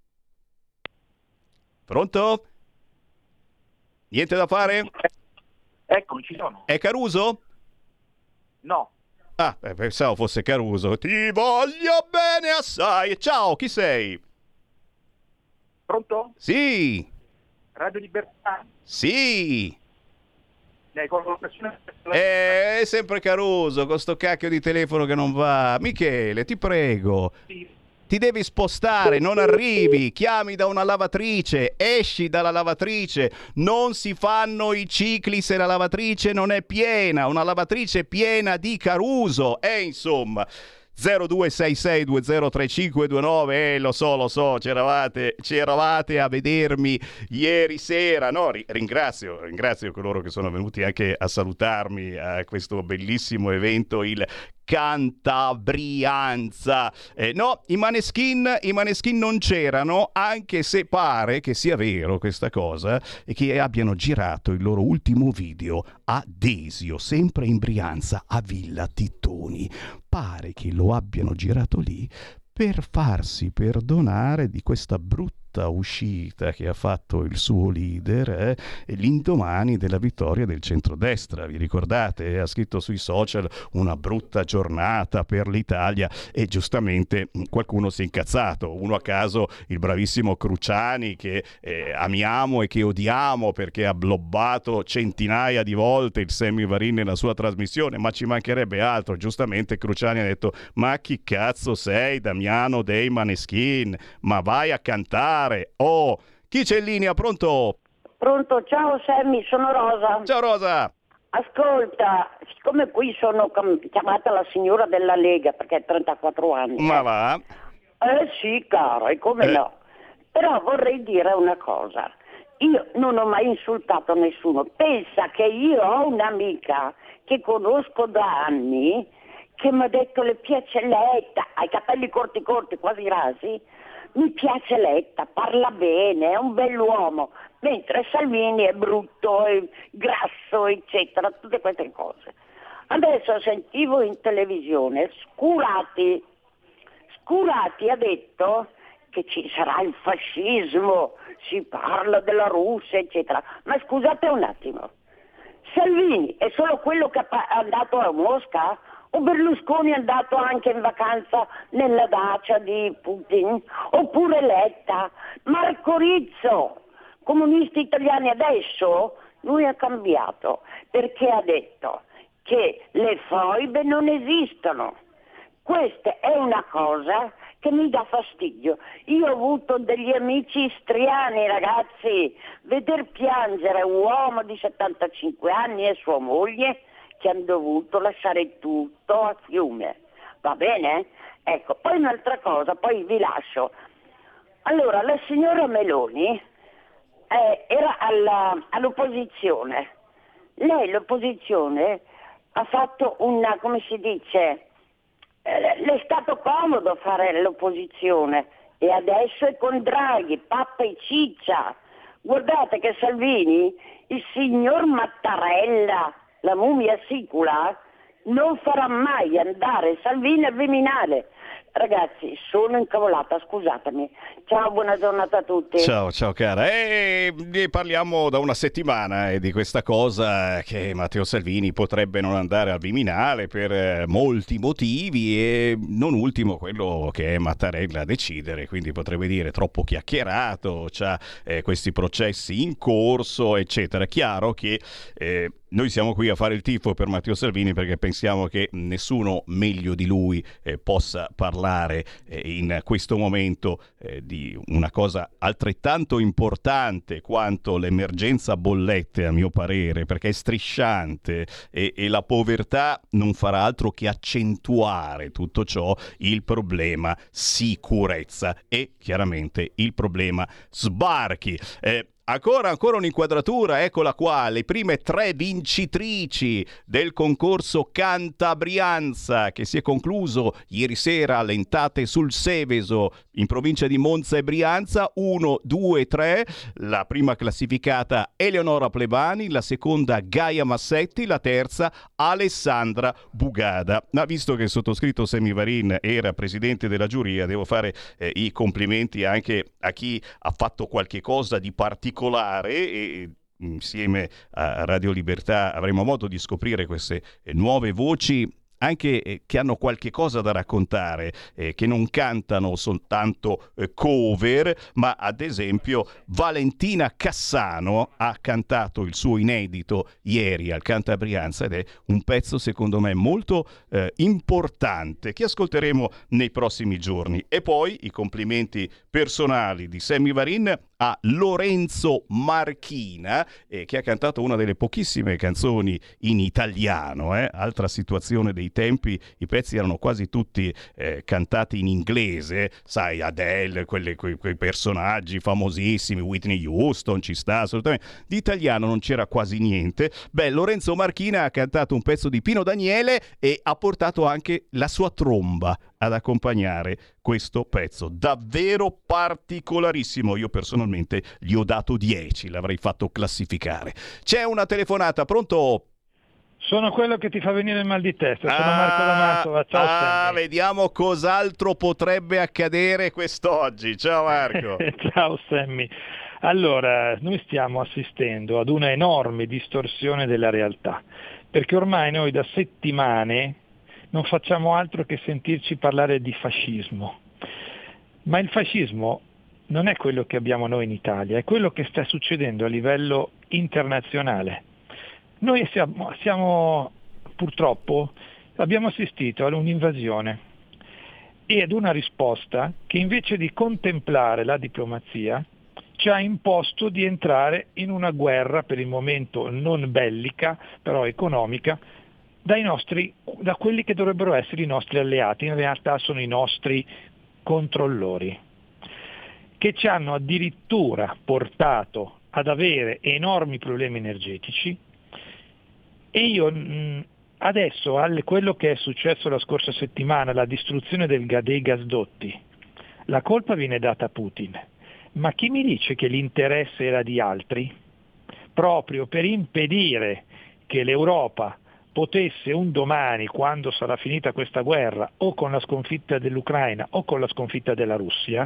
Pronto? Niente da fare? Eccomi, ci sono. È Caruso? No. Ah, eh, pensavo fosse Caruso. Ti voglio bene assai. Ciao, chi sei? Pronto? Sì. Radio Libertà? Sì. Eh, con la persona... Eh, è sempre Caruso, con sto cacchio di telefono che non va. Michele, ti prego. Sì. Ti devi spostare, non arrivi, chiami da una lavatrice, esci dalla lavatrice, non si fanno i cicli se la lavatrice non è piena, una lavatrice piena di Caruso, e eh, insomma... zero due sei sei due zero tre cinque due nove, eh, lo so, lo so, c'eravate, c'eravate a vedermi ieri sera, no, ri- ringrazio, ringrazio coloro che sono venuti anche a salutarmi a questo bellissimo evento, il Cantabrianza. Eh, no, i Maneskin, i Maneskin non c'erano, anche se pare che sia vero questa cosa e che abbiano girato il loro ultimo video a Desio, sempre in Brianza, a Villa Tittoni. Pare che lo abbiano girato lì per farsi perdonare di questa brutta uscita che ha fatto il suo leader eh, l'indomani della vittoria del centrodestra. Vi ricordate? Ha scritto sui social: una brutta giornata per l'Italia, e giustamente qualcuno si è incazzato, uno a caso il bravissimo Cruciani, che eh, amiamo e che odiamo perché ha blobbato centinaia di volte il Sammy Varin nella sua trasmissione, ma ci mancherebbe altro. Giustamente Cruciani ha detto: ma chi cazzo sei, Damiano dei Maneskin? Ma vai a cantare. Oh, chi c'è in linea? Pronto? Pronto, ciao Sammy, sono Rosa. Ciao Rosa. Ascolta, siccome qui sono chiamata la signora della Lega perché ha trentaquattro anni. Ma eh. va? Eh sì, caro, e come eh. no? Però vorrei dire una cosa. Io non ho mai insultato nessuno. Pensa che io ho un'amica che conosco da anni che mi ha detto: le piace Letta, ha i capelli corti corti, quasi rasi. Mi piace Letta, parla bene, è un bell'uomo, mentre Salvini è brutto, è grasso, eccetera, tutte queste cose. Adesso sentivo in televisione Scurati, Scurati ha detto che ci sarà il fascismo, si parla della Russia, eccetera. Ma scusate un attimo, Salvini è solo quello che è andato a Mosca? O Berlusconi è andato anche in vacanza nella dacia di Putin? Oppure Letta? Marco Rizzo, comunisti italiani, adesso lui ha cambiato perché ha detto che le foibe non esistono. Questa è una cosa che mi dà fastidio. Io ho avuto degli amici istriani, ragazzi, veder piangere un uomo di settantacinque anni e sua moglie che hanno dovuto lasciare tutto a Fiume. Va bene? Ecco, poi un'altra cosa, poi vi lascio. Allora, la signora Meloni eh, era alla, all'opposizione. Lei, l'opposizione, ha fatto una, come si dice, eh, le è stato comodo fare l'opposizione e adesso è con Draghi, pappa e ciccia. Guardate che Salvini, il signor Mattarella, la mummia sicula, non farà mai andare Salvini al Viminale. Ragazzi, sono incavolata, scusatemi. Ciao, buona giornata a tutti. Ciao, ciao cara. E parliamo da una settimana eh, di questa cosa che Matteo Salvini potrebbe non andare al Viminale per eh, molti motivi e non ultimo quello che è Mattarella a decidere, quindi potrebbe dire troppo chiacchierato, c'ha eh, questi processi in corso, eccetera. Chiaro che eh, noi siamo qui a fare il tifo per Matteo Salvini perché pensiamo che nessuno meglio di lui eh, possa parlare eh, in questo momento eh, di una cosa altrettanto importante quanto l'emergenza bollette, a mio parere, perché è strisciante e, e la povertà non farà altro che accentuare tutto ciò, il problema sicurezza e chiaramente il problema sbarchi. Eh, Ancora, ancora un'inquadratura, eccola qua, le prime tre vincitrici del concorso Cantabrianza che si è concluso ieri sera a Lentate sul Seveso in provincia di Monza e Brianza, uno, due, tre, la prima classificata Eleonora Plebani, la seconda Gaia Massetti, la terza Alessandra Bugada. Ma visto che il sottoscritto Semivarin era presidente della giuria, devo fare eh, i complimenti anche a chi ha fatto qualche cosa di particolare e insieme a Radio Libertà avremo modo di scoprire queste nuove voci anche eh, che hanno qualche cosa da raccontare, eh, che non cantano soltanto eh, cover, ma ad esempio Valentina Cassano ha cantato il suo inedito ieri al Cantabrianza ed è un pezzo secondo me molto eh, importante che ascolteremo nei prossimi giorni. E poi i complimenti personali di Semivarin a Lorenzo Marchina eh, che ha cantato una delle pochissime canzoni in italiano, eh? Altra situazione dei tempi, i pezzi erano quasi tutti eh, cantati in inglese, sai, Adele, quelle, quei, quei personaggi famosissimi, Whitney Houston, ci sta assolutamente, di italiano non c'era quasi niente. Beh, Lorenzo Marchina ha cantato un pezzo di Pino Daniele e ha portato anche la sua tromba ad accompagnare questo pezzo, davvero particolarissimo. Io personalmente gli ho dato dieci, l'avrei fatto classificare. C'è una telefonata, pronto? Sono quello che ti fa venire il mal di testa, sono ah, Marco da Mantova, ciao ah, Sammy. Vediamo cos'altro potrebbe accadere quest'oggi, ciao Marco. Ciao Sammy. Allora, noi stiamo assistendo ad una enorme distorsione della realtà, perché ormai noi da settimane non facciamo altro che sentirci parlare di fascismo. Ma il fascismo non è quello che abbiamo noi in Italia, è quello che sta succedendo a livello internazionale. Noi siamo, siamo purtroppo, abbiamo assistito ad un'invasione e ad una risposta che invece di contemplare la diplomazia ci ha imposto di entrare in una guerra, per il momento non bellica, però economica, dai nostri, da quelli che dovrebbero essere i nostri alleati, in realtà sono i nostri controllori, che ci hanno addirittura portato ad avere enormi problemi energetici. E io mh, adesso, alle, quello che è successo la scorsa settimana, la distruzione del, dei gasdotti, la colpa viene data a Putin, ma chi mi dice che l'interesse era di altri, proprio per impedire che l'Europa potesse un domani, quando sarà finita questa guerra, o con la sconfitta dell'Ucraina o con la sconfitta della Russia,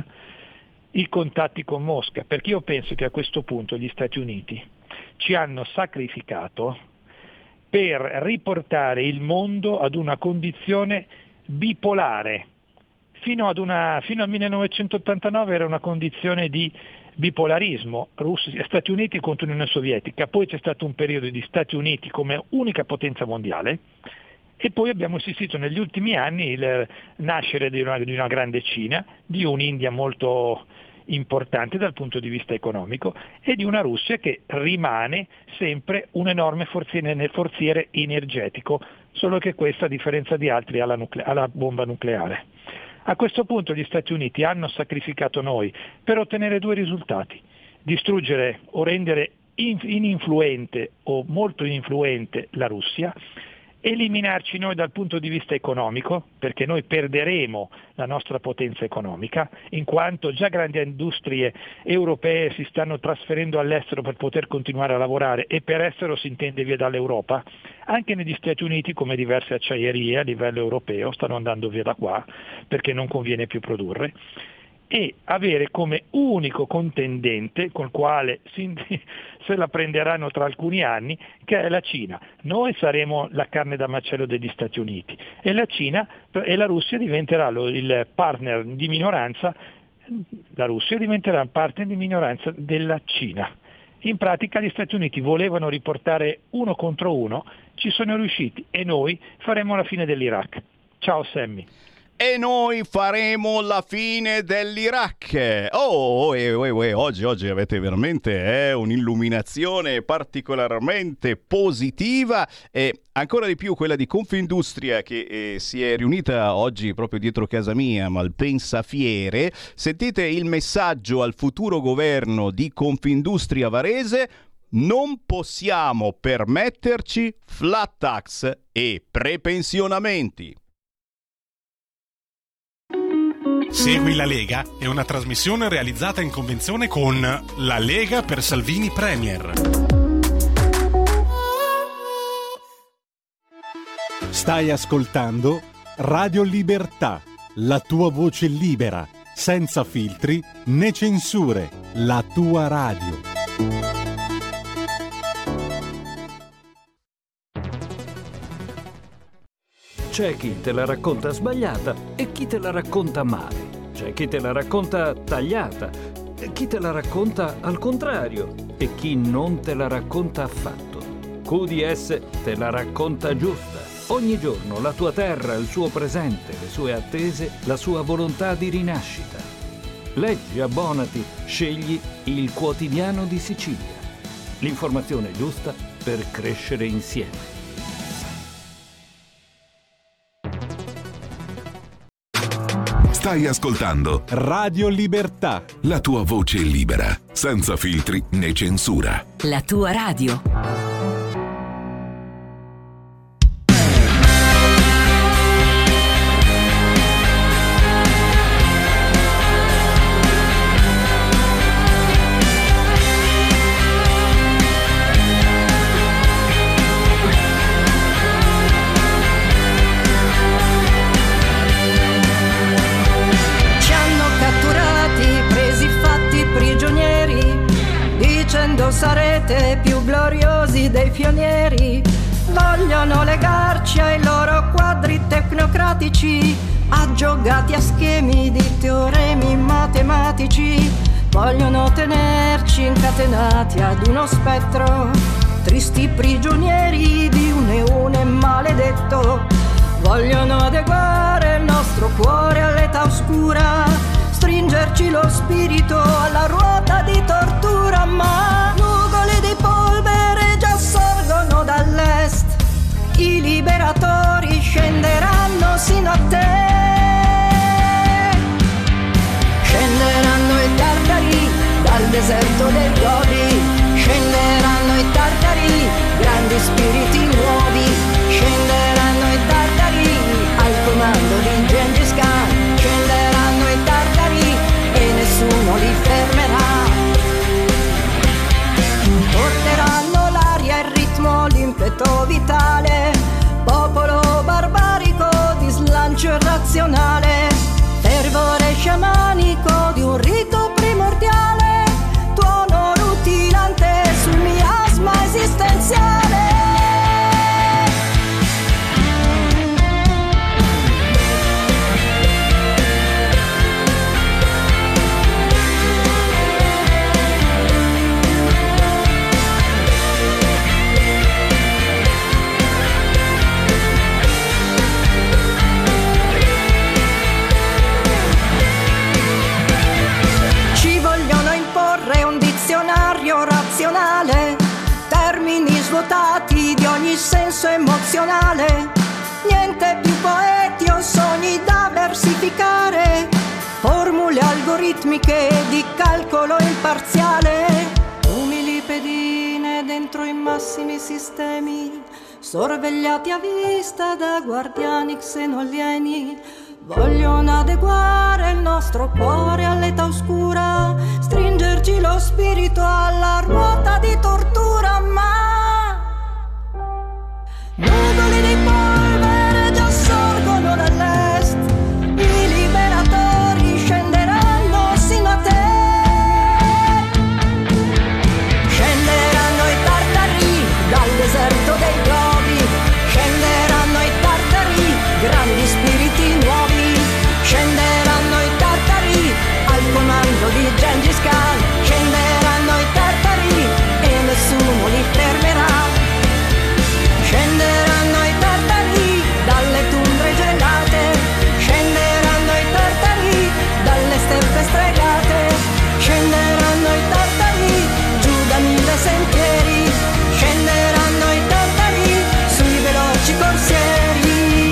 i contatti con Mosca, perché io penso che a questo punto gli Stati Uniti ci hanno sacrificato per riportare il mondo ad una condizione bipolare. Fino, ad una, fino al millenovecentottantanove era una condizione di bipolarismo, Russia, Stati Uniti contro l'Unione Sovietica, poi c'è stato un periodo di Stati Uniti come unica potenza mondiale e poi abbiamo assistito negli ultimi anni il nascere di una, di una grande Cina, di un'India molto importante dal punto di vista economico e di una Russia che rimane sempre un enorme forziere, forziere energetico, solo che questa, a differenza di altri, ha la, nucle- ha la bomba nucleare. A questo punto gli Stati Uniti hanno sacrificato noi per ottenere due risultati: distruggere o rendere ininfluente o molto ininfluente la Russia, eliminarci noi dal punto di vista economico, perché noi perderemo la nostra potenza economica, in quanto già grandi industrie europee si stanno trasferendo all'estero per poter continuare a lavorare, e per estero si intende via dall'Europa. Anche negli Stati Uniti, come diverse acciaierie a livello europeo, stanno andando via da qua perché non conviene più produrre, e avere come unico contendente col quale si, se la prenderanno tra alcuni anni, che è la Cina. Noi saremo la carne da macello degli Stati Uniti e la Cina e la Russia diventerà lo, il partner di minoranza, la Russia diventerà il partner di minoranza della Cina. In pratica gli Stati Uniti volevano riportare uno contro uno, ci sono riusciti e noi faremo la fine dell'Iraq. Ciao Sammy. E noi faremo la fine dell'Iraq. Oh, oh, oh, oh, oh oggi, oggi avete veramente eh, un'illuminazione particolarmente positiva, e ancora di più quella di Confindustria, che eh, si è riunita oggi proprio dietro casa mia, Malpensa Fiere. Sentite il messaggio al futuro governo di Confindustria Varese: non possiamo permetterci flat tax e prepensionamenti. Segui la Lega è una trasmissione realizzata in convenzione con La Lega per Salvini Premier. Stai ascoltando Radio Libertà, la tua voce libera, senza filtri né censure, la tua radio. C'è chi te la racconta sbagliata e chi te la racconta male. C'è chi te la racconta tagliata e chi te la racconta al contrario e chi non te la racconta affatto. Q D S te la racconta giusta. Ogni giorno la tua terra, il suo presente, le sue attese, la sua volontà di rinascita. Leggi, abbonati, scegli il Quotidiano di Sicilia. L'informazione giusta per crescere insieme. Stai ascoltando Radio Libertà, la tua voce libera, senza filtri né censura. La tua radio. Sarete più gloriosi dei pionieri, vogliono legarci ai loro quadri tecnocratici, aggiogati a schemi di teoremi matematici, vogliono tenerci incatenati ad uno spettro, tristi prigionieri di un eone maledetto, vogliono adeguare il nostro cuore all'età oscura, stringerci lo spirito alla ruota di tortura, ma nuvole di polvere già sorgono dall'est, i liberatori scenderanno sino a te, scenderanno i tartari dal deserto del Gobi, scenderanno i tartari, grandi spiriti nuovi, scenderanno i tartari al comando di Gengis Khan, scenderanno i tartari e nessuno li fermerà, porteranno l'aria, il ritmo, l'impeto vitale, svuotati di ogni senso emozionale, niente più poeti o sogni da versificare, formule algoritmiche di calcolo imparziale, umili pedine dentro i massimi sistemi, sorvegliati a vista da guardiani xenolieni. Vogliono adeguare il nostro cuore all'età oscura, stringerci lo spirito alla ruota di tortura, ma nuvole di polvere già sorgono dall'est, i liberatori scenderanno sino a te. Scenderanno i tartari dal deserto dei globi, scenderanno i tartari, grandi spiriti nuovi. Scenderanno i tartari al comando di Gengis Khan, scenderanno i tartari e nessuno li fermerà. Scenderanno i tartari dalle tundre gelate, scenderanno i tartari dalle steppe stregate, scenderanno i tartari giù da mille sentieri, scenderanno i tartari sui veloci corsieri.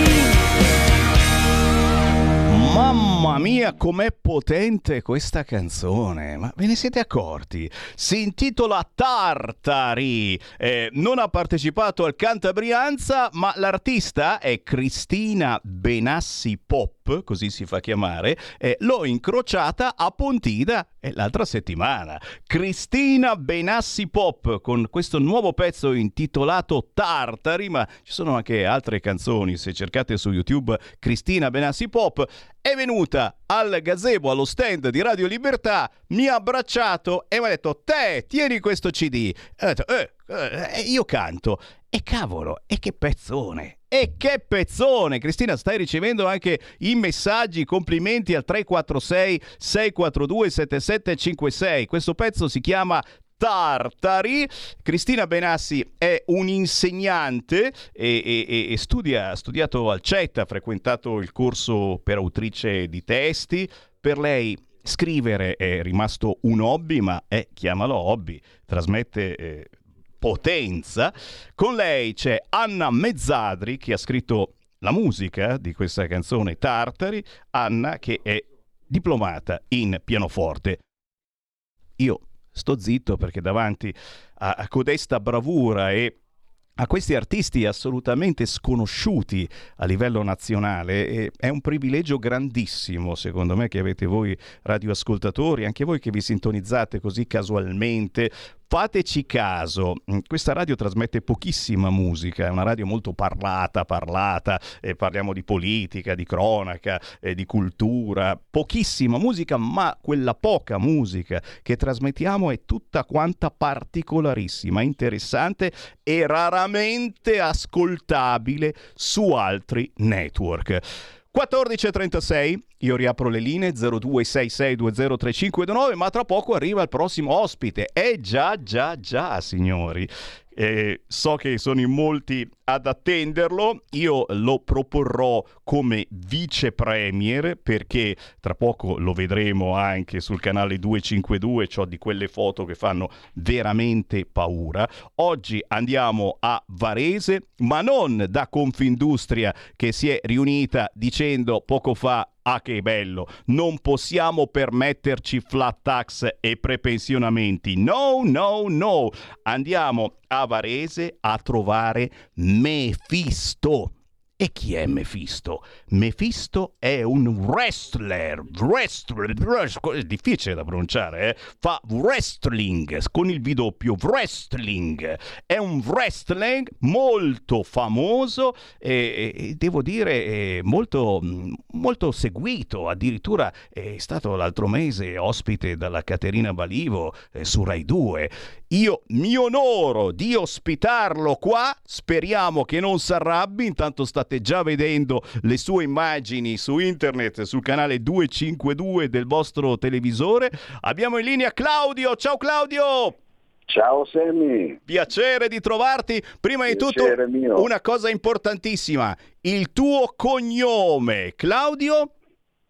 Mamma mia, com'è potente questa canzone! Ma ve ne siete accorti? Si intitola Tartari. Eh, non ha partecipato al Cantabrianza, ma l'artista è Cristina Benassi Pop, così si fa chiamare. Eh, l'ho incrociata a Pontida eh, l'altra settimana. Cristina Benassi Pop con questo nuovo pezzo intitolato Tartari, ma ci sono anche altre canzoni. Se cercate su YouTube Cristina Benassi Pop, è venuta al gazebo, allo stand di Radio Libertà, mi ha abbracciato e mi ha detto: te, tieni questo C D. E ho detto, eh, eh, io canto. E cavolo, e che pezzone! E che pezzone! Cristina, stai ricevendo anche i messaggi, i complimenti al tre quattro sei sei quattro due sette sette cinque sei. Questo pezzo si chiama Tartari. Cristina Benassi è un insegnante e, e, e studia, ha studiato al C E T, ha frequentato il corso per autrice di testi. Per lei scrivere è rimasto un hobby, ma è, chiamalo hobby, trasmette eh, potenza. Con lei c'è Anna Mezzadri, che ha scritto la musica di questa canzone Tartari. Anna, che è diplomata in pianoforte. Io sto zitto perché davanti a, a codesta bravura e a questi artisti assolutamente sconosciuti a livello nazionale e è un privilegio grandissimo, secondo me, che avete voi radioascoltatori, anche voi che vi sintonizzate così casualmente. Fateci caso, questa radio trasmette pochissima musica, è una radio molto parlata, parlata, eh, parliamo di politica, di cronaca, eh, di cultura, pochissima musica, ma quella poca musica che trasmettiamo è tutta quanta particolarissima, interessante e raramente ascoltabile su altri network. quattordici e trentasei, io riapro le linee zero due sei sei due zero tre cinque due nove, ma tra poco arriva il prossimo ospite. Eh già, già, già, signori. Eh, so che sono in molti ad attenderlo, io lo proporrò come vice premier perché tra poco lo vedremo anche sul canale duecentocinquantadue, c'ho di quelle foto che fanno veramente paura. Oggi andiamo a Varese, ma non da Confindustria che si è riunita dicendo poco fa: ah, che bello, non possiamo permetterci flat tax e prepensionamenti. No, no, no. Andiamo a Varese a trovare Mefisto. E chi è Mefisto? Mefisto è un wrestler, wrestler, è difficile da pronunciare, eh? Fa wrestling, con il V doppio, wrestling. È un wrestling molto famoso e, e devo dire è molto, molto seguito, addirittura è stato l'altro mese ospite dalla Caterina Balivo eh, su Rai due. Io mi onoro di ospitarlo qua, speriamo che non si arrabbi, intanto state già vedendo le sue immagini su internet, sul canale duecentocinquantadue del vostro televisore. Abbiamo in linea Claudio, ciao Claudio! Ciao Sammy! Piacere di trovarti. Prima di tutto mio. Una cosa importantissima, il tuo cognome, Claudio?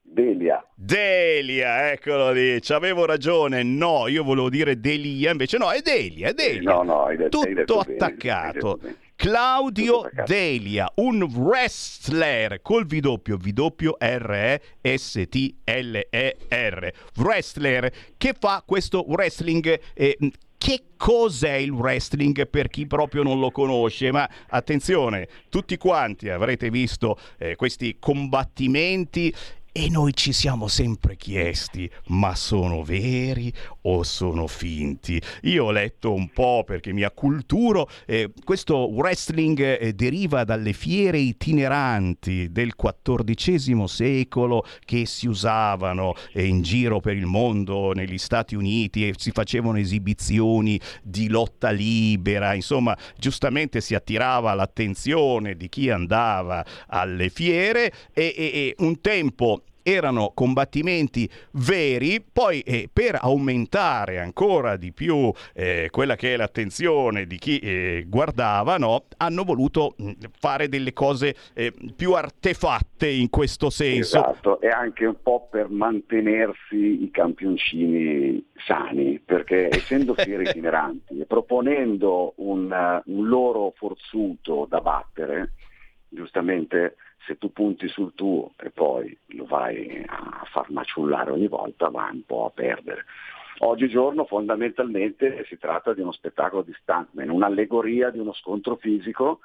Delia. Delia, eccolo lì, c'avevo ragione, no, io volevo dire Delia, invece no, è Delia, è Delia. No, no, hai detto, tutto hai detto attaccato. Bene, Claudio tutto Delia, un wrestler col V doppio, V doppio R E S T L E R, wrestler che fa questo wrestling. Eh, Che cos'è il wrestling per chi proprio non lo conosce? Ma attenzione, tutti quanti avrete visto eh, questi combattimenti e noi ci siamo sempre chiesti, ma sono veri o sono finti? Io ho letto un po' perché mi acculturo, eh, questo wrestling eh, deriva dalle fiere itineranti del quattordicesimo secolo che si usavano eh, in giro per il mondo, negli Stati Uniti, e si facevano esibizioni di lotta libera, insomma, giustamente si attirava l'attenzione di chi andava alle fiere e, e, e un tempo erano combattimenti veri, poi eh, per aumentare ancora di più eh, quella che è l'attenzione di chi eh, guardava, no, hanno voluto mh, fare delle cose eh, più artefatte in questo senso. Esatto, e anche un po' per mantenersi i campioncini sani, perché essendo fiere itineranti e proponendo un, uh, un loro forzuto da battere, giustamente se tu punti sul tuo e poi lo vai a far maciullare ogni volta, vai un po' a perdere. Oggigiorno fondamentalmente si tratta di uno spettacolo di stuntman, un'allegoria di uno scontro fisico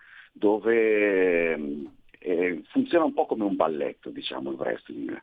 dove eh, funziona un po' come un balletto, diciamo, il wrestling.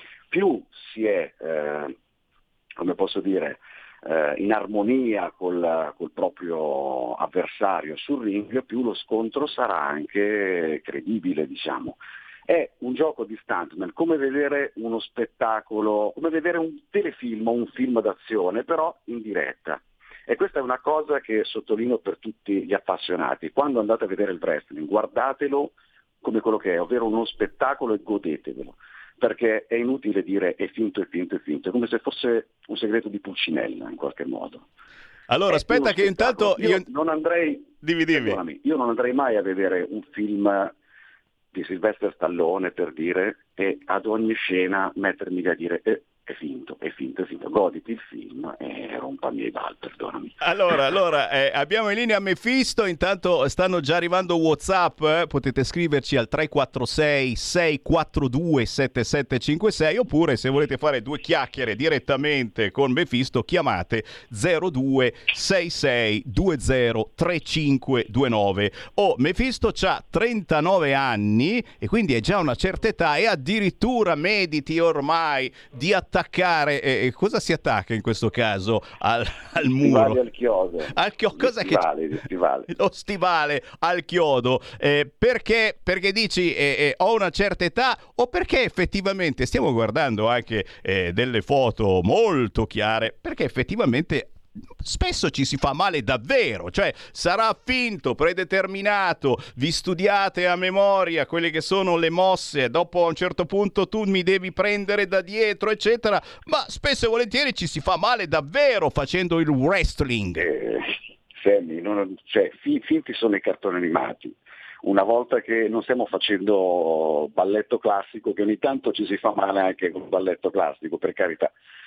Più si è, eh, come posso dire, eh, in armonia col, col proprio avversario sul ring, più lo scontro sarà anche credibile, diciamo. È un gioco di stuntman, come vedere uno spettacolo, come vedere un telefilm o un film d'azione, però in diretta. E questa è una cosa che sottolineo per tutti gli appassionati. Quando andate a vedere il wrestling, guardatelo come quello che è, ovvero uno spettacolo, e godetevelo. Perché è inutile dire è finto, è finto, è finto, è come se fosse un segreto di Pulcinella in qualche modo. Allora, è aspetta che intanto io, io non andrei, dimmi, dimmi. Io non andrei mai a vedere un film di Sylvester Stallone, per dire, e ad ogni scena mettermi a dire eh, è finto, è finto, è finto, goditi il film e rompami i bal, perdonami. Allora, allora eh, abbiamo in linea Mefisto, intanto stanno già arrivando WhatsApp, eh? Potete scriverci al tre quattro sei sei quattro due sette sette cinque sei, oppure se volete fare due chiacchiere direttamente con Mefisto chiamate zero due sei sei due zero tre cinque due nove. Oh, Mefisto c'ha trentanove anni e quindi è già una certa età e addirittura mediti ormai di attaccare, eh, cosa si attacca in questo caso al, al muro? Stivali al chiodo. Al chiodo, cosa stivali, che... stivali. Lo stivale al chiodo, eh, perché, perché dici eh, eh, ho una certa età, o perché effettivamente stiamo guardando anche eh, delle foto molto chiare, perché effettivamente spesso ci si fa male davvero, cioè sarà finto, predeterminato, vi studiate a memoria quelle che sono le mosse, dopo a un certo punto tu mi devi prendere da dietro eccetera, ma spesso e volentieri ci si fa male davvero facendo il wrestling. eh, Sammy, non, cioè, fi, finti sono i cartoni animati. Una volta che non stiamo facendo balletto classico, che ogni tanto ci si fa male anche con il balletto classico, per carità,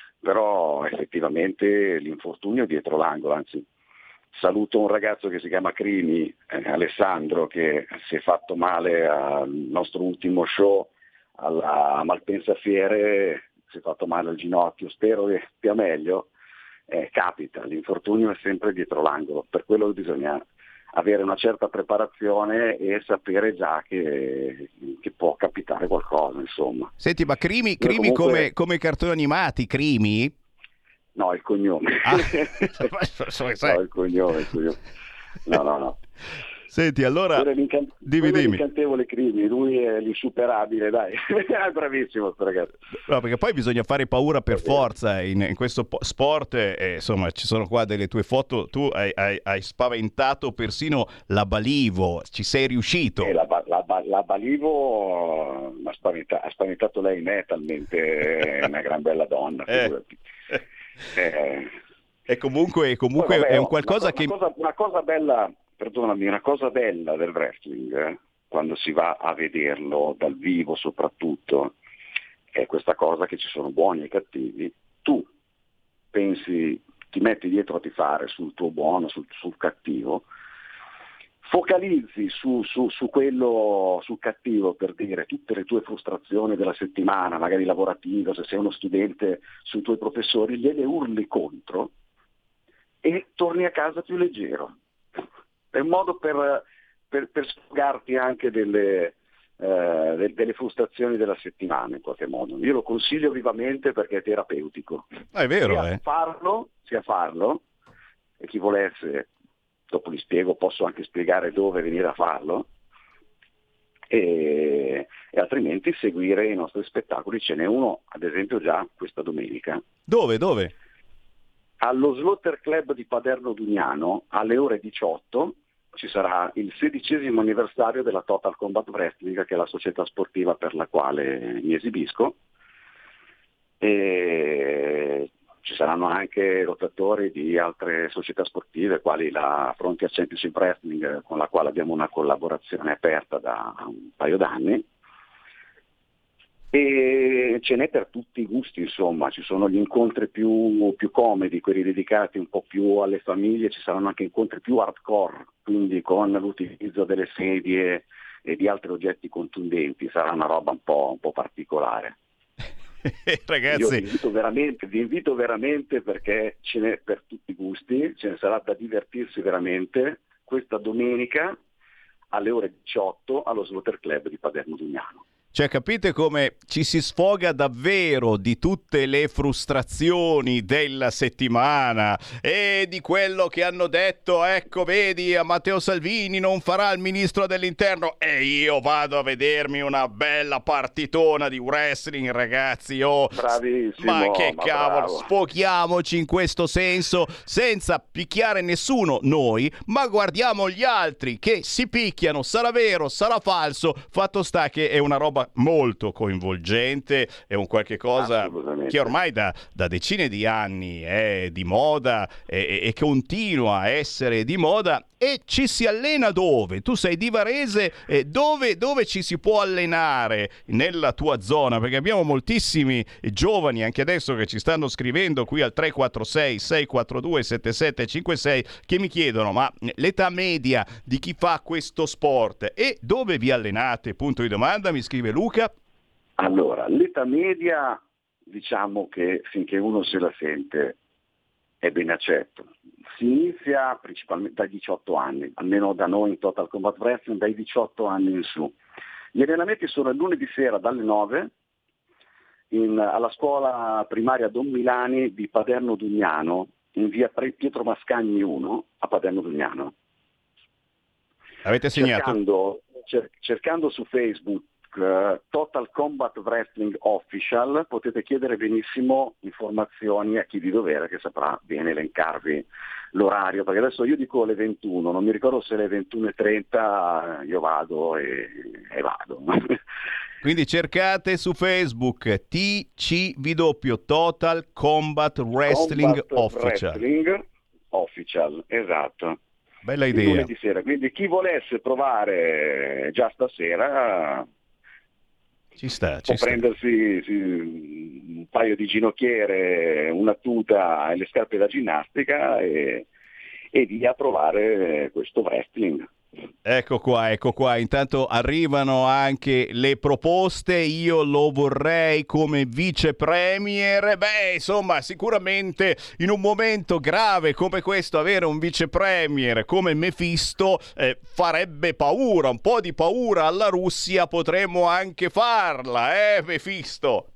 però effettivamente l'infortunio è dietro l'angolo. Anzi, saluto un ragazzo che si chiama Crimi, eh, Alessandro, che si è fatto male al nostro ultimo show alla Malpensa Fiere, si è fatto male al ginocchio, spero che stia meglio. Eh, capita, l'infortunio è sempre dietro l'angolo, per quello bisogna avere una certa preparazione e sapere già che, che può capitare qualcosa, insomma. Senti, ma Crimi, Crimi comunque... come, come cartoni animati, Crimi? No, il cognome. Ah. no, il cognome, il cognome. No, no, no. Senti, allora, l'incan... dimmi, dimmi. L'incantevole Crimi, lui è l'insuperabile, dai, è bravissimo sto ragazzo. No, perché poi bisogna fare paura per forza in, in questo sport, eh, insomma, ci sono qua delle tue foto, tu hai, hai, hai spaventato persino la Balivo, ci sei riuscito. Eh, la, la, la Balivo ha spaventato, ha spaventato lei me, talmente è una gran bella donna. Eh. Eh. E comunque, comunque vabbè, è un qualcosa una che... Cosa, una cosa bella... Perdonami, una cosa bella del wrestling, eh, quando si va a vederlo dal vivo soprattutto, è questa cosa che ci sono buoni e cattivi, tu pensi, ti metti dietro a tifare sul tuo buono, sul, sul cattivo, focalizzi su, su, su quello, sul cattivo, per dire tutte le tue frustrazioni della settimana, magari lavorative, se sei uno studente, sui tuoi professori, gliele urli contro e torni a casa più leggero. È un modo per, per, per sfogarti anche delle, eh, delle frustrazioni della settimana in qualche modo. Io lo consiglio vivamente perché è terapeutico. Ah, è vero, sia eh. farlo, sia farlo, e chi volesse, dopo vi spiego, posso anche spiegare dove venire a farlo, e, e altrimenti seguire i nostri spettacoli. Ce n'è uno, ad esempio, già questa domenica. Dove, dove? Allo Slaughter Club di Paderno Dugnano, alle ore diciotto, ci sarà il sedicesimo anniversario della Total Combat Wrestling, che è la società sportiva per la quale mi esibisco, e ci saranno anche lottatori di altre società sportive, quali la Frontier Championship Wrestling, con la quale abbiamo una collaborazione aperta da un paio d'anni, e ce n'è per tutti i gusti, insomma. Ci sono gli incontri più, più comedi, quelli dedicati un po' più alle famiglie, ci saranno anche incontri più hardcore, quindi con l'utilizzo delle sedie e di altri oggetti contundenti. Sarà una roba un po', un po' particolare. Ragazzi, io vi invito veramente, vi invito veramente, perché ce n'è per tutti i gusti, ce ne sarà da divertirsi veramente questa domenica alle ore diciotto allo Slaughter Club di Paderno Dugnano. Cioè, capite come ci si sfoga davvero di tutte le frustrazioni della settimana e di quello che hanno detto, ecco, vedi, a Matteo Salvini non farà il ministro dell'interno, e io vado a vedermi una bella partitona di wrestling, ragazzi. Oh, bravissimo, ma che ma cavolo, bravo. Sfoghiamoci in questo senso, senza picchiare nessuno noi, ma guardiamo gli altri che si picchiano, sarà vero, sarà falso, fatto sta che è una roba molto coinvolgente, è un qualche cosa che ormai da, da decine di anni è di moda e, e continua a essere di moda. E ci si allena dove? Tu sei di Varese, eh, dove, dove ci si può allenare nella tua zona? Perché abbiamo moltissimi giovani anche adesso che ci stanno scrivendo qui al tre quattro sei sei quattro due sette sette cinque sei che mi chiedono, ma l'età media di chi fa questo sport e dove vi allenate? Punto di domanda, mi scrive Luca. Allora, l'età media, diciamo che finché uno se la sente è ben accetto. Si inizia principalmente dai diciotto anni, almeno da noi in Total Combat Wrestling, dai diciotto anni in su. Gli allenamenti sono il lunedì sera dalle nove in, alla scuola primaria Don Milani di Paderno Dugnano, in via Pietro Mascagni uno a Paderno Dugnano. Avete segnato? Cercando, cer- cercando su Facebook uh, Total Combat Wrestling Official potete chiedere benissimo informazioni a chi di dovere, che saprà bene elencarvi l'orario, perché adesso io dico le ventuno, non mi ricordo se le ventuno e trenta, io vado e, e vado. Quindi cercate su Facebook T C V W, Total Combat Wrestling Combat Official. Wrestling Official, esatto. Bella Il idea. lunedì sera. Quindi chi volesse provare già stasera ci sta, ci può sta. prendersi sì, un paio di ginocchiere, una tuta e le scarpe da ginnastica e, e via a provare questo wrestling. Ecco qua, ecco qua. Intanto arrivano anche le proposte. Io lo vorrei come vice premier. Beh, insomma, sicuramente in un momento grave come questo avere un vice premier come Mefisto eh, farebbe paura, un po' di paura alla Russia potremmo anche farla, eh, Mefisto?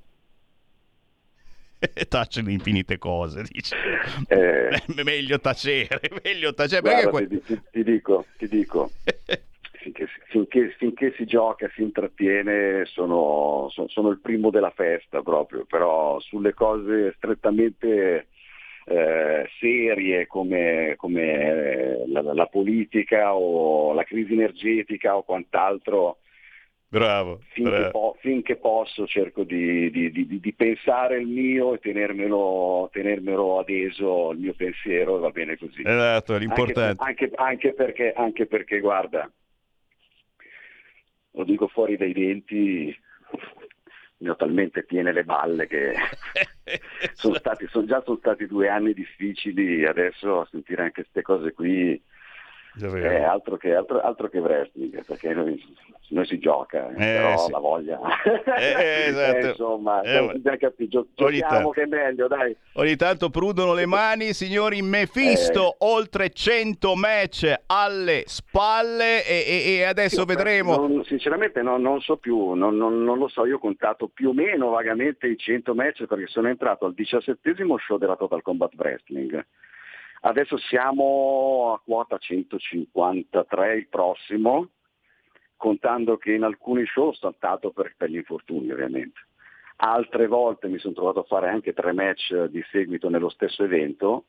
Tace le infinite cose, dice. Eh, meglio tacere, meglio tacere. Guarda, Perché ti, ti, ti dico, ti dico, finché, finché, finché si gioca, si intrattiene, sono, sono, sono il primo della festa proprio, però sulle cose strettamente eh, serie come, come la, la politica o la crisi energetica o quant'altro, Bravo, finché, bravo. Po- finché posso cerco di, di, di, di pensare il mio e tenermelo, tenermelo adeso il mio pensiero, e va bene così. Esatto, l'importante. Anche, anche, anche, perché, anche perché, guarda, lo dico fuori dai denti, ne ho talmente piene le balle che sono stati, sono già sono stati due anni difficili, adesso a sentire anche queste cose qui è altro che, altro, altro che wrestling, perché noi, noi si gioca, eh, però sì. la voglia eh, esatto. eh, insomma eh, già capi, gio- giochiamo che è meglio, dai. Ogni tanto prudono le mani, signori. Mephisto, eh. oltre cento match alle spalle e, e, e adesso Io, vedremo. Non, sinceramente no, non so più, non, non, non lo so, io ho contato più o meno vagamente i cento match perché sono entrato al diciassettesimo show della Total Combat Wrestling. Adesso siamo a quota centocinquantatré il prossimo, contando che in alcuni show sono stato per, per gli infortuni ovviamente. Altre volte mi sono trovato a fare anche tre match di seguito nello stesso evento,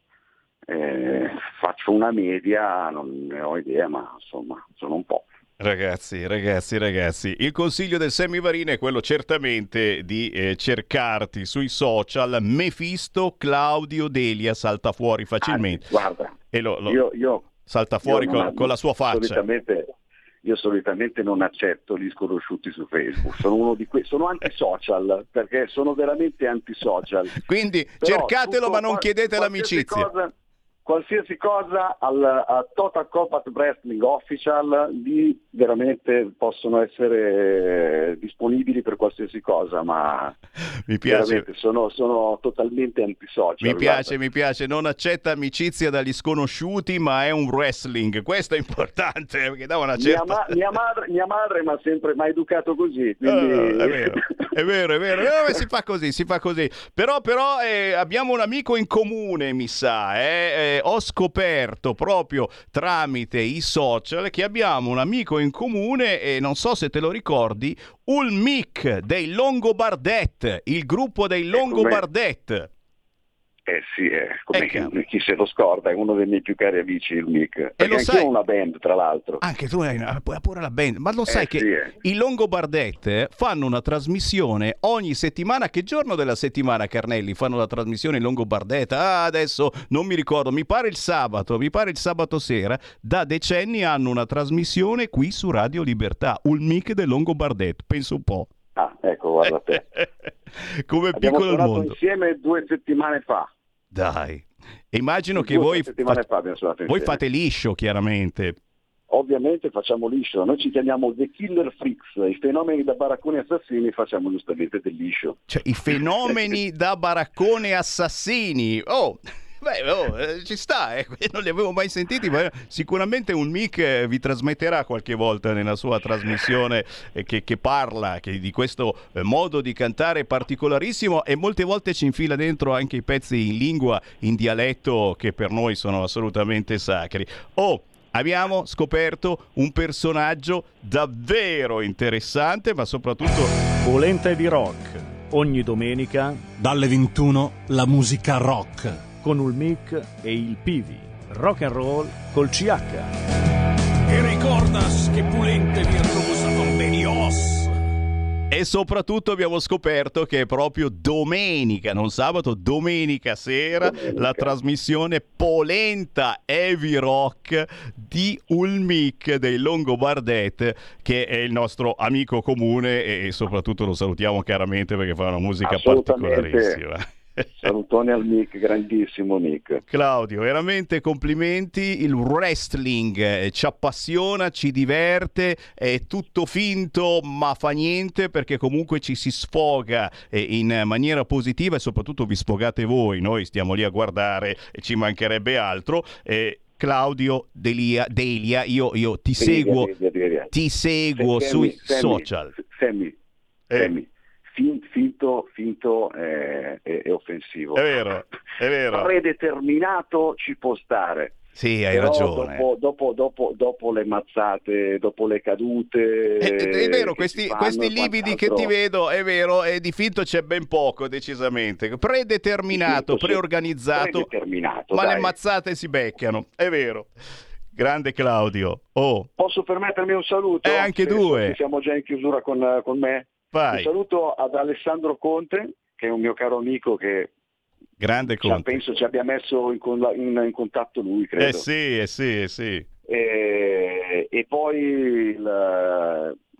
eh, faccio una media, non ne ho idea, ma insomma sono un po'. Ragazzi, ragazzi, ragazzi, il consiglio del Sammy Varin è quello certamente di eh, cercarti sui social. Mephisto Claudio Delia salta fuori facilmente. Anzi, guarda, e lo, lo io, io, salta fuori io con, non, con la sua faccia. Solitamente, io solitamente non accetto gli sconosciuti su Facebook, sono uno di que- sono antisocial, perché sono veramente antisocial. Quindi Però cercatelo, tutto, ma non chiedete l'amicizia. Cosa, qualsiasi cosa al a Total Combat Wrestling Official, lì veramente possono essere disponibili per qualsiasi cosa, ma mi piace, sono, sono totalmente antisocial. Mi piace, guarda. mi piace, non accetta amicizia dagli sconosciuti, ma è un wrestling, questo è importante, perché dà una certa... Mia, ma- mia madre, mia madre mi ha sempre m'ha educato così, quindi... Oh, è vero, è vero, è vero, eh, si fa così, si fa così. Però, però eh, abbiamo un amico in comune, mi sa, eh, eh ho scoperto proprio tramite i social che abbiamo un amico in comune e non so se te lo ricordi, Ulmic dei Longobardet, il gruppo dei Longobardet. Eh sì, eh, come chi, chi se lo scorda, è uno dei miei più cari amici, il Mick. E lo sai, ho una band, tra l'altro. Anche tu hai una, pure la band, ma lo sai eh, che sì, eh. i Longobardet fanno una trasmissione ogni settimana. Che giorno della settimana, Carnelli, fanno la trasmissione in Longobardet? Ah, adesso non mi ricordo, mi pare il sabato, mi pare il sabato sera. Da decenni hanno una trasmissione qui su Radio Libertà, il Mick del Longobardet, penso un po'. Ah, ecco, guarda te. Come abbiamo piccolo il mondo. Insieme due settimane fa. Dai, immagino che due voi, settimane fa- fa voi fate liscio, chiaramente. Ovviamente facciamo liscio, noi ci chiamiamo The Killer Freaks, i fenomeni da baracconi assassini, facciamo giustamente del liscio. Cioè, i fenomeni da baraccone assassini, oh... Beh, oh, eh, ci sta, eh. Non li avevo mai sentiti, ma sicuramente un Mick eh, vi trasmetterà qualche volta nella sua trasmissione eh, che, che parla che di questo eh, modo di cantare particolarissimo, e molte volte ci infila dentro anche i pezzi in lingua, in dialetto, che per noi sono assolutamente sacri. Oh, abbiamo scoperto un personaggio davvero interessante, ma soprattutto Polenta di rock, ogni domenica dalle ventuno la musica rock con il Mick e il Pivi, rock and roll col C H. E ricordas che Pulente virtuosa con Benios. E soprattutto abbiamo scoperto che è proprio domenica, non sabato, domenica sera, domenica. La trasmissione Polenta Heavy Rock di Ulmic dei Longobardet, che è il nostro amico comune, e soprattutto lo salutiamo chiaramente perché fa una musica particolarissima. Salutone al Mick, grandissimo Mick. Claudio, veramente complimenti, il wrestling eh, ci appassiona, ci diverte, è tutto finto ma fa niente, perché comunque ci si sfoga eh, in maniera positiva, e soprattutto vi sfogate voi, noi stiamo lì a guardare e ci mancherebbe altro. eh, Claudio Delia, Delia io, io ti Delia, seguo, Delia, Delia. ti seguo Sammy, sui Sammy, social. Sammy, eh. Sammy. Finto, finto è, è, è offensivo. È vero, è vero. Predeterminato ci può stare. Sì, hai Però ragione. Dopo, dopo, dopo, dopo le mazzate, dopo le cadute... È, è vero, questi, questi lividi che ti vedo, è vero, e di finto c'è ben poco, decisamente. Predeterminato, preorganizzato, predeterminato, ma dai. Le mazzate si beccano, è vero. Grande Claudio. Oh. Posso permettermi un saluto? Eh, anche Se, due. Siamo già in chiusura con, con me. Vai. Un saluto ad Alessandro Conte, che è un mio caro amico che grande Conte. Penso ci abbia messo in, in, in contatto lui, credo. Eh sì, eh sì, eh sì. E, e poi il,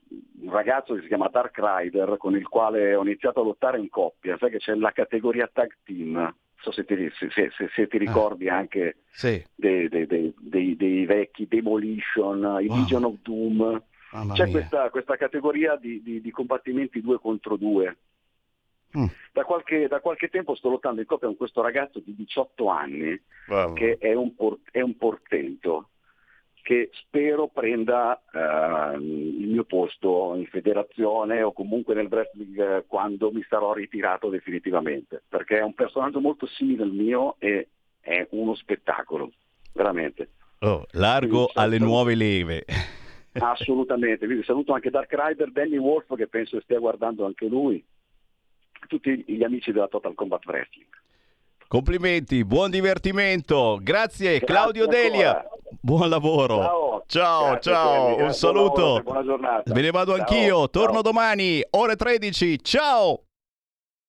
un ragazzo che si chiama Dark Rider, con il quale ho iniziato a lottare in coppia. Sai che c'è la categoria tag team, non so se ti, se, se, se ti ricordi ah. anche sì. dei, dei, dei, dei, dei vecchi Demolition, i wow. Legion of Doom. Mamma c'è questa, questa categoria di, di, di combattimenti due contro due. Mm. Da, qualche, da qualche tempo sto lottando in coppia con questo ragazzo di diciotto anni wow. che è un, por- è un portento, che spero prenda uh, il mio posto in federazione o comunque nel wrestling quando mi sarò ritirato definitivamente, perché è un personaggio molto simile al mio e è uno spettacolo, veramente. Oh, largo quindi, alle saluto, nuove leve. Assolutamente, quindi saluto anche Dark Rider, Danny Wolf, che penso stia guardando anche lui, tutti gli amici della Total Combat Wrestling. Complimenti, buon divertimento, grazie, grazie Claudio ancora. Delia, buon lavoro. Ciao, ciao, grazie, ciao. Grazie, un saluto. Lavoro, buona giornata. Me ne vado ciao, anch'io, ciao. Torno domani, ore tredici, ciao.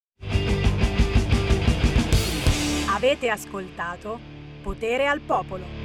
Avete ascoltato Potere al Popolo.